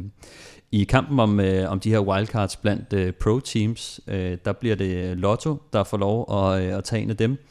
I kampen om, øh, om de her wildcards blandt øh, pro-teams, øh, der bliver det Lotto, der får lov at, øh, at tage en af dem.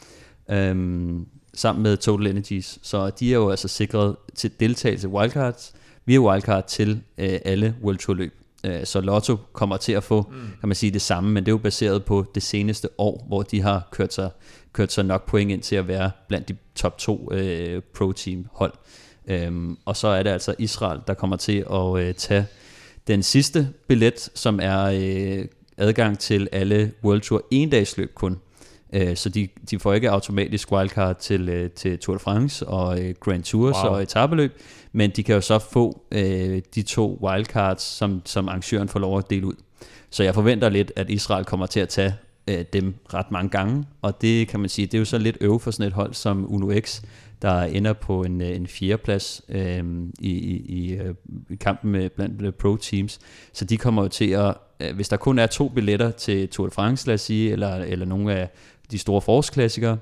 Øh, sammen med Total Energies, så de er jo altså sikret til deltagelse i wildcards, via wildcard til øh, alle World Tour løb. Øh, så Lotto kommer til at få, mm. kan man sige, det samme, men det er jo baseret på det seneste år, hvor de har kørt sig, kørt sig nok point ind til at være blandt de top to øh, pro-team hold. Øhm, og så er det altså Israel, der kommer til at øh, tage Den sidste billet, som er øh, adgang til alle World Tour endagsløb kun, øh, så de, de får ikke automatisk wildcard til, øh, til Tour de France og øh, Grand Tours wow. og etapeløb, men de kan jo så få øh, de to wildcards, som, som arrangøren får lov at dele ud. Så jeg forventer lidt, at Israel kommer til at tage øh, dem ret mange gange, og det kan man sige, det er jo så lidt øve for sådan et hold som Uno X, der ender på en, en fjerdeplads øh, i, i, i kampen med blandt pro teams. Så de kommer jo til at, øh, hvis der kun er to billetter til Tour de France, lad os sige, eller, eller nogle af de store forårsklassikere,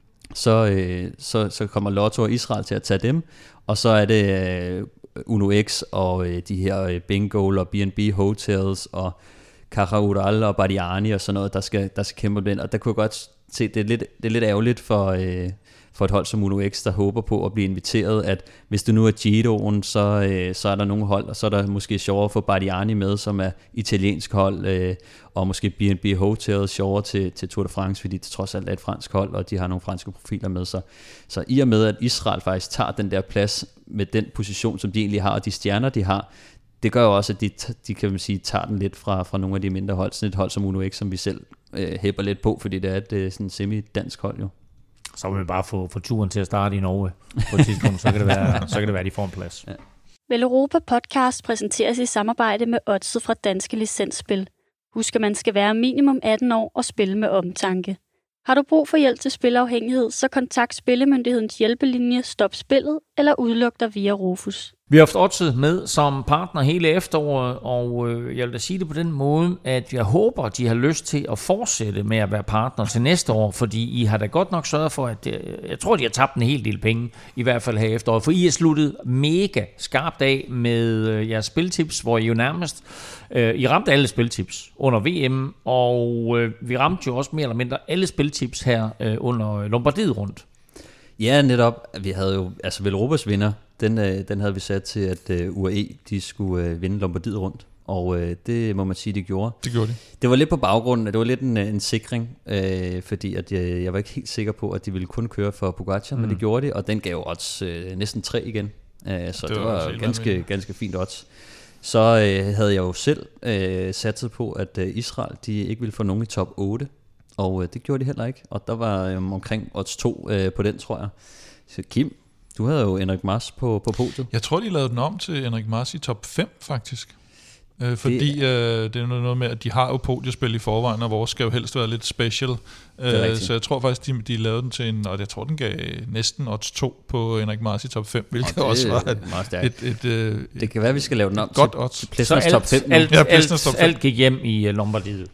så, øh, så, så kommer Lotto og Israel til at tage dem, og så er det øh, Uno X og øh, de her øh, Bingo og B and B Hotels og Caja Rural og Bardiani og sådan noget, der skal, der skal kæmpe om den, og der kunne jeg godt se, det er lidt, det er lidt ærgerligt for... Øh, for et hold som Uno X, der håber på at blive inviteret, at hvis det nu er Giroen, så, øh, så er der nogle hold, og så er der måske sjovere at få Bardiani med, som er italiensk hold, øh, og måske B and B Hotels sjovere til, til Tour de France, fordi det trods alt er et fransk hold, og de har nogle franske profiler med sig. Så i og med, at Israel faktisk tager den der plads med den position, som de egentlig har, og de stjerner, de har, det gør jo også, at de, de kan man sige, tager den lidt fra, fra nogle af de mindre hold, sådan et hold som Uno X, som vi selv øh, hæpper lidt på, fordi det er et øh, sådan semi-dansk hold jo. Så vil vi bare få, få turen til at starte i Norge på et tidspunkt, så kan det være, så kan det være, de får en plads. Ja. Vel Europa Podcast præsenteres i samarbejde med Oddset fra Danske Licensspil. Husk, at man skal være minimum atten år og spille med omtanke. Har du brug for hjælp til spilafhængighed, så kontakt Spillemyndighedens hjælpelinje Stop Spillet eller udluk dig via Rufus. Vi har haft Oddset med som partner hele efteråret, og øh, jeg vil da sige det på den måde, at jeg håber, de har lyst til at fortsætte med at være partner til næste år, fordi I har da godt nok sørget for, at øh, jeg tror, de har tabt en hel del penge, i hvert fald her efteråret, for I er sluttet mega skarpt af med øh, jeres spiltips, hvor I jo nærmest, øh, I ramte alle spiltips under V M, og øh, vi ramte jo også mere eller mindre alle spiltips her øh, under Lombardiet rundt. Ja, netop. Vi havde jo, altså Vel Europas vinder, den, den havde vi sat til, at uh, U A E, de skulle uh, vinde Lombardiet rundt. Og uh, det må man sige, de gjorde. Det gjorde de. Det var lidt på baggrunden, det var lidt en, en sikring, uh, fordi at jeg, jeg var ikke helt sikker på, at de ville kun køre for Pogacar, mm. men det gjorde de, og den gav odds uh, næsten tre igen. Uh, så det, det var, var ganske, ganske fint odds. Så uh, havde jeg jo selv uh, satset på, at uh, Israel, de ikke ville få nogen i top otte. Og øh, det gjorde de heller ikke. Og der var øh, omkring odds to øh, på den, tror jeg. Så Kim, du havde jo Enric Mas på, på podiet. Jeg tror, de lavede den om til Enric Mas i top fem, faktisk. Øh, fordi det, øh, det er noget med, at de har jo podiespil i forvejen, og vores skal jo helst være lidt special. Øh, så jeg tror faktisk, de, de lavede den til en, og jeg tror, den gav næsten odds to på Enric Mas i top fem, hvilket også var et, et, et, et, et det kan være, vi skal lave den om godt til, odds. til Plesners top fem. Alt, ja, alt, top fem. alt gik hjem i uh, Lombardiet.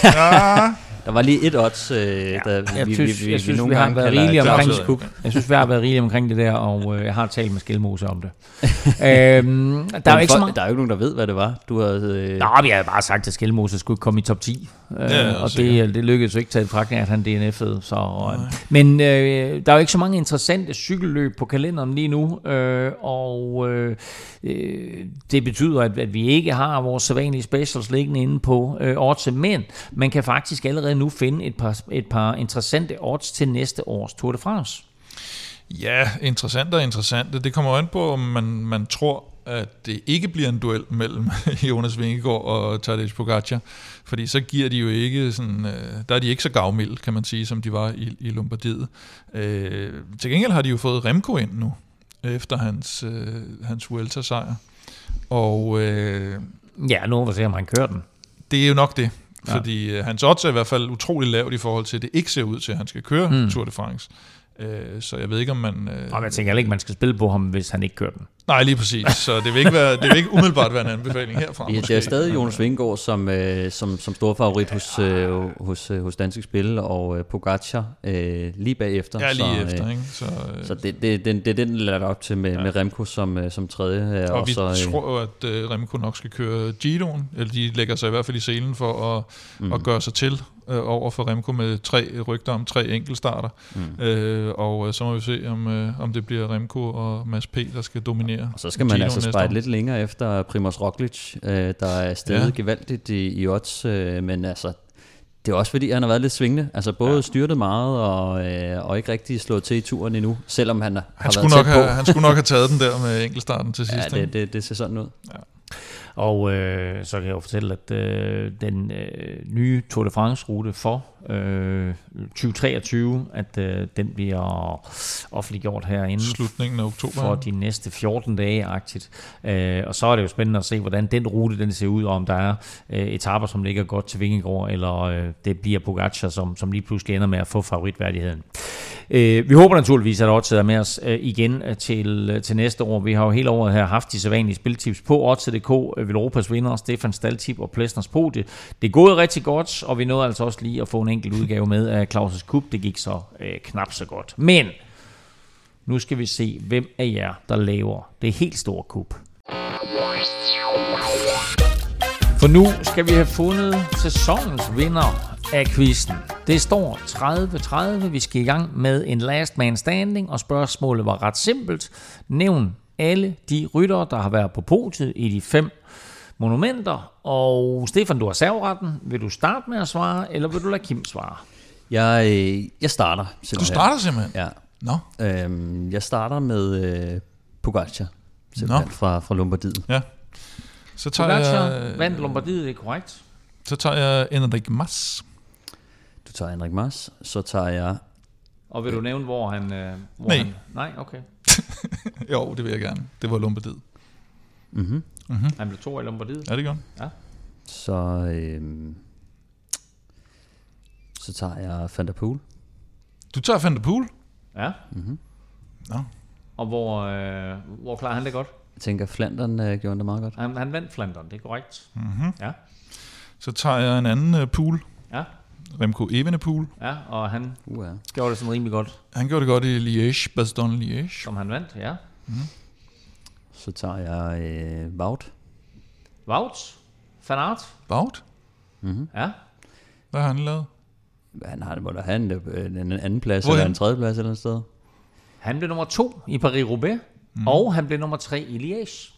Ja. Der var lige et odds, øh, ja, der jeg vi, synes, vi, vi, jeg synes, vi, vi har været rigeligt omkring det. Jeg synes, vi har været rigeligt omkring det der, og øh, jeg har talt med Skelmose om det. øhm, der er jo ikke så mange... Der er jo ikke nogen, der ved, hvad det var. Du havde, øh... Nå, vi havde bare sagt, at Skelmose skulle komme i top ti. Øh, ja, og det, det lykkedes jo ikke taget fragtning, at han D N F'ede. Så, øh, men øh, der er jo ikke så mange interessante cykelløb på kalenderen lige nu, øh, og øh, det betyder, at, at vi ikke har vores sædvanlige specials liggende inde på øh, Oddset, men man kan faktisk allerede nu finde et par, et par interessante odds til næste års Tour de France. Ja, interessant og interessante. Det kommer an på, om man, man tror, at det ikke bliver en duel mellem Jonas Vingegaard og Tadej Pogacar, fordi så giver de jo ikke sådan, der er de ikke så gavmilde, kan man sige, som de var i, i Lombardiet. Øh, til gengæld har de jo fået Remco ind nu, efter hans, øh, hans Vuelta-sejr. Og øh, ja, nu må vi se, om han kører den. Det er jo nok det. Fordi ja. hans odds er i hvert fald utrolig lavt i forhold til, at det ikke ser ud til, at han skal køre mm. Tour de France. Øh, så jeg ved ikke, om man... Øh, og jeg tænker heller ikke, man skal spille på ham, hvis han ikke kører den. Nej, lige præcis. Så det vil ikke, være, det vil ikke umiddelbart være en anbefaling herfra. Ja, det er stadig Jonas Vingegaard som, øh, som, som stor favorit hos, øh, hos, øh, hos Danske Spil, og øh, Pogacar øh, lige bagefter. Ja, lige så, efter. Øh, ikke? Så, øh, så det, det, det, det er den, der lader op til med, ja. med Remco som, øh, som tredje. Og, og vi så, øh, tror jo, at øh, Remco nok skal køre Giroen, eller de lægger sig i hvert fald i selen for at, mm. at gøre sig til øh, over for Remco med tre rygter om tre enkeltstarter. Mm. Øh, og øh, så må vi se, om, øh, om det bliver Remco og Mads P., der skal dominere. Og så skal man altså spejde lidt længere efter Primož Roglič, øh, der er stadig ja. gevaldigt i, i odds, øh, men altså, det er også fordi, han har været lidt svingende. Altså både ja. styrtet meget, og, øh, og ikke rigtig slået til i turen endnu, selvom han har han været tæt nok på. Have, han skulle nok have taget den der med enkeltstarten til sidst. Ja, det, det, det ser sådan ud. Ja. Og øh, så kan jeg jo fortælle, at øh, den øh, nye Tour de France-rute for øh, tyve treogtyve, at øh, den bliver offentliggjort herinde. Slutningen af oktober. For de næste fjorten dage-agtigt. Øh, og så er det jo spændende at se, hvordan den rute den ser ud, og om der er øh, etaper, som ligger godt til Vingegaard, eller øh, det bliver Pogacar, som, som lige pludselig ender med at få favoritværdigheden. Øh, vi håber naturligvis, at Odds er med os øh, igen til, til næste år. Vi har jo hele året her haft de sædvanlige spiltips på Odds punktum d k, Velropas vinder, Stefan Staltip og Plesners podie. Det er gået rigtig godt, og vi nåede altså også lige at få en enkelt udgave med af Claus' Cup. Det gik så øh, knap så godt. Men nu skal vi se, hvem af jer, der laver det helt store kup. For nu skal vi have fundet sæsonens vinder af quizzen. Det står tredive tredive. Vi skal i gang med en last man standing, og spørgsmålet var ret simpelt. Nævn alle de ryttere, der har været på podiet i de fem monumenter. Og Stefan, du har serveretten. Vil du starte med at svare, eller vil du lade Kim svare? Jeg, jeg starter simpelthen. Du starter simpelthen? Ja. Nå. Øhm, jeg starter med øh, Pogacar, simpelthen fra, fra Lombardiet. Ja. Så tager Pogacar jeg, vandt Lombardiet, det er korrekt. Så tager jeg Enric Mas. Du tager Enric Mas, så tager jeg... Og vil du nævne, hvor han... Øh, hvor Nej. Han, nej, okay. Jo, det vil jeg gerne. Det var Lombardiet. Mm-hmm. Mm-hmm. Han blev to i Lombardiet. Ja, det gør ja. Så, øhm, så tager jeg Van der Poel. Du tager Van der Poel? Ja. Mm-hmm. Nå. Og hvor, øh, hvor klarer han det godt? Jeg tænker, Flandern øh, gjorde det meget godt. Han, han vandt Flandern, det er korrekt. Mm-hmm. Ja. Så tager jeg en anden uh, pool. Ja. Remco Evenepoel. Ja, og han uh, ja. gjorde det sådan rimelig godt. Han gjorde det godt i Liège, Bastogne Liège. Som han vandt, ja. Mm-hmm. Så tager jeg øh, Wout. Wout? Van Aert? Wout? Mm-hmm. Ja. Hvad har han lavet? Han har det, må da have en, en anden plads, Hvorhen? eller en tredje plads et eller andet sted. Han blev nummer to i Paris-Roubaix, mm. og han blev nummer tre i Liège.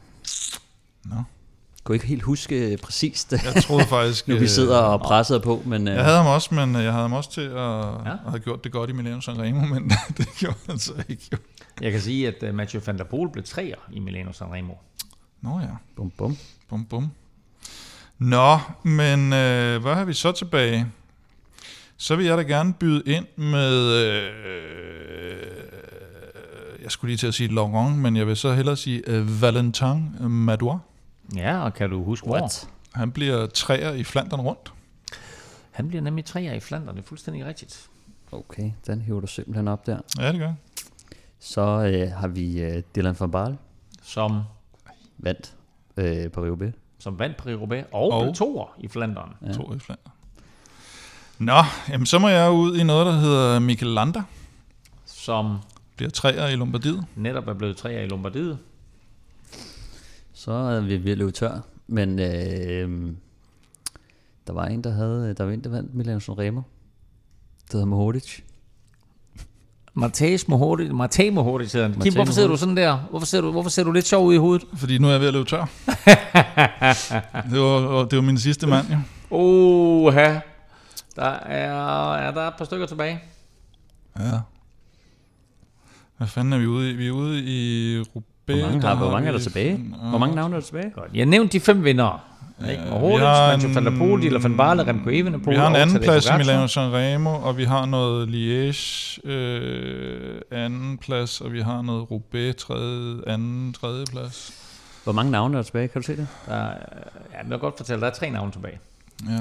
Nå. Jeg kunne ikke helt huske præcist. Jeg troede faktisk... nu vi sidder og presser på, men... Jeg havde ham også, men jeg havde ham også til at, ja. at have gjort det godt i Milano Sanremo, men det gjorde han så ikke. Jo. Jeg kan sige, at uh, Mathieu van der Poel blev treer i Milano Sanremo. Nå ja. Bum, bum. Bum, bum. Nå, men øh, hvad har vi så tilbage? Så vil jeg da gerne byde ind med... Øh, jeg skulle lige til at sige Laurent, men jeg vil så hellere sige øh, Valentin Madouas. Ja, og kan du huske What? hvor? Han bliver treer i Flandern rundt. Han bliver nemlig treer i Flandern, det er fuldstændig rigtigt. Okay, den hiver du simpelthen op der. Ja, det gør. Så øh, har vi øh, Dylan van Baarle. Som vandt øh, Paris-Roubaix. Som vandt Paris-Roubaix og, og blev toer i Flandern. Ja. Toer i Flandern. Nå, jamen så må jeg ud i noget, der hedder Mikel Landa. Som bliver treer i Lombardiet. Netop er blevet treer i Lombardiet. Så er vi ved at løbe tør. Men øh, der var en, der havde, der var en, der vandt Milano Sanremo. Det hedder Mohoric. Matej Mohoric, Matej Mohoric hedder han. Kim, hvorfor sidder du sådan der? Hvorfor ser du, hvorfor ser du lidt sjov ud i hovedet? Fordi nu er jeg ved at løbe tør. det, var, det var min sidste mand, jo. Oha. Der er, er der er et par stykker tilbage. Ja. Hvad fanden er vi ude i? Vi er ude i Roubaix. Hvor mange, har, hvor mange er der vi, tilbage? Hvor mange navne er der tilbage? Godt. Jeg nævnte de fem vindere. Ja, Mohoric, Mathieu van der Poel, Dylan van Baarle, Remco Evenepoel. Vi har en anden plads i Milano Sanremo, og vi har noget Liège øh, anden plads, og vi har noget Roubaix tredje, anden, tredje plads. Hvor mange navne er der tilbage? Kan du se det? Der er, ja, jeg vil godt fortælle, der er tre navne tilbage. Ja.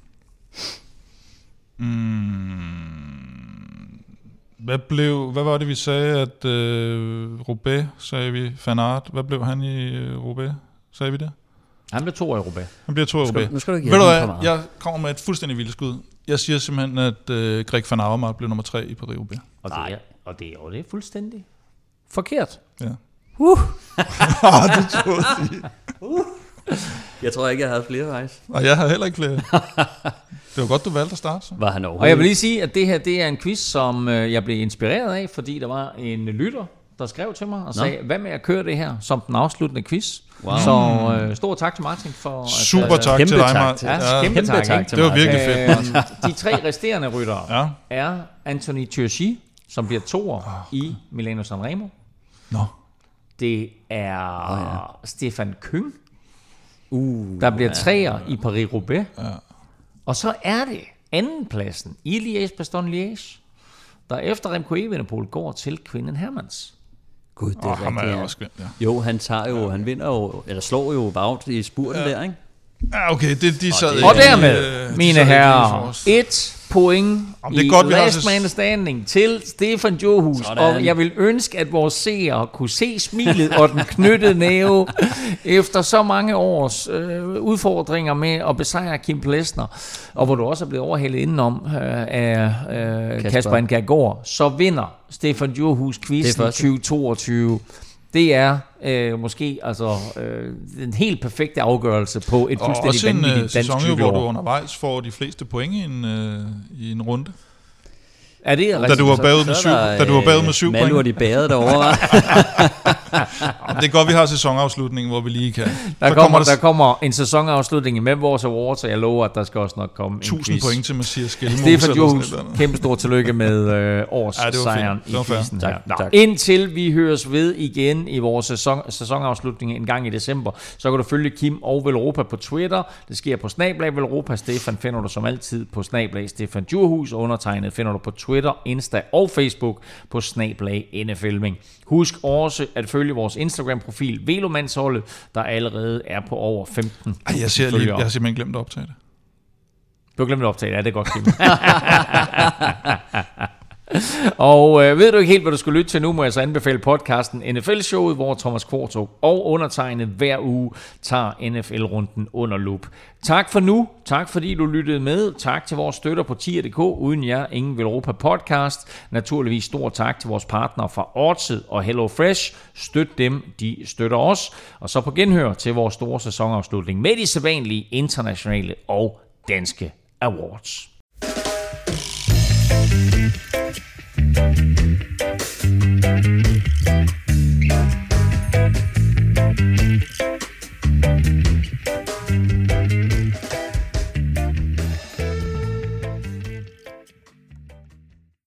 Mm. Hvad blev, hvad var det vi sagde, at øh, Roubaix, sagde vi, Van Aert, hvad blev han i øh, Roubaix, sagde vi det? Han blev to i Roubaix. Han bliver to i Roubaix. Nu skal du ikke Ved du hvad, hvad, jeg kommer med et fuldstændig vildt skud. Jeg siger simpelthen, at øh, Greg van Avermaet blev nummer tre i Paris-Roubaix. Og det er, og det er jo det fuldstændig forkert. Ja. Uh. det troede jeg. uh. Jeg tror ikke, jeg havde flere faktisk. Og jeg har heller ikke flere. Det var godt, du valgte at starte. Så. Var han overhovedet? Og jeg vil lige sige, at det her det er en quiz, som øh, jeg blev inspireret af, fordi der var en lytter, der skrev til mig og Nå. sagde, hvad med at køre det her som den afsluttende quiz? Wow. Så øh, stor tak til Martin for... Super at, tak kæmpe til dig, tak Martin. til, ja, kæmpe, kæmpe tak, tak til det var virkelig fedt. Øh, de tre resterende ryttere ja. er Anthony Turchi, som bliver toer oh. i Milano Sanremo. Nå. Det er oh, ja. Stefan Küng, Uh, der bliver treer i Paris-Roubaix. Ja. Og så er det andenpladsen i Liège-Bastogne-Liège, der efter Remco Evenepoel går til Quinten Hermans. Gud, det er oh, rigtigt. Han er også, ja. Jo, han tager jo, han vinder jo, eller slår jo Wout i spurten ja. der, ikke? Ja, okay, det, de sad... Og, og dermed, øh, mine de herrer, et point Jamen, det er i godt, last også... man standing til Stefan Johus. Og jeg vil ønske, at vores seere kunne se smilet og den knyttede næve efter så mange års øh, udfordringer med at besejre Kim Plesner, og hvor du også er blevet overhældet indenom øh, af øh, Kasper Ankergaard, så vinder Stefan Johus quizzen tyve toogtyve. Det er øh, måske altså øh, den helt perfekte afgørelse på et fuldstændig vanvittigt dansk sæson, hvor du undervejs får de fleste point i en, øh, i en runde. Er det da du var bagud med syv, der, da du var bagud med syv point. Malu og de bærede derovre. Det er godt, vi har sæsonafslutningen, hvor vi lige kan. Der kommer, kommer der, der kommer en sæsonafslutning med vores awards, og jeg lover, at der skal også nok komme en tusind point til Mathias Gjelmose. Stefan Johus, kæmpe stor tillykke med øh, års ja, sejren i quizzen. Tak, tak. Indtil vi høres ved igen i vores sæson, sæsonafslutning en gang i december, så kan du følge Kim og Velropa på Twitter. Det sker på Snablag Velropa. Stefan finder du som altid på Snablag Stefan Johus, og undertegnet finder du på Twitter, Insta og Facebook på Snablag N F L-ming. Husk også at følge vores Instagram-profil Velomandsholdet, der allerede er på over femten. Ej, jeg, ser lige, jeg har simpelthen glemt at optage det. Du har glemt at optage det, ja, det er godt, Kim. Og øh, ved du ikke helt, hvad du skal lytte til nu, må jeg så anbefale podcasten N F L-showet, hvor Thomas Kvartrup og undertegnet hver uge tager N F L-runden under lup. Tak for nu. Tak fordi du lyttede med. Tak til vores støtter på tier punktum d k. Uden jer, ingen Velropa podcast. Naturligvis stor tak til vores partnere fra Odset og HelloFresh. Støt dem, de støtter os. Og så på genhør til vores store sæsonafslutning med de sædvanlige internationale og danske awards.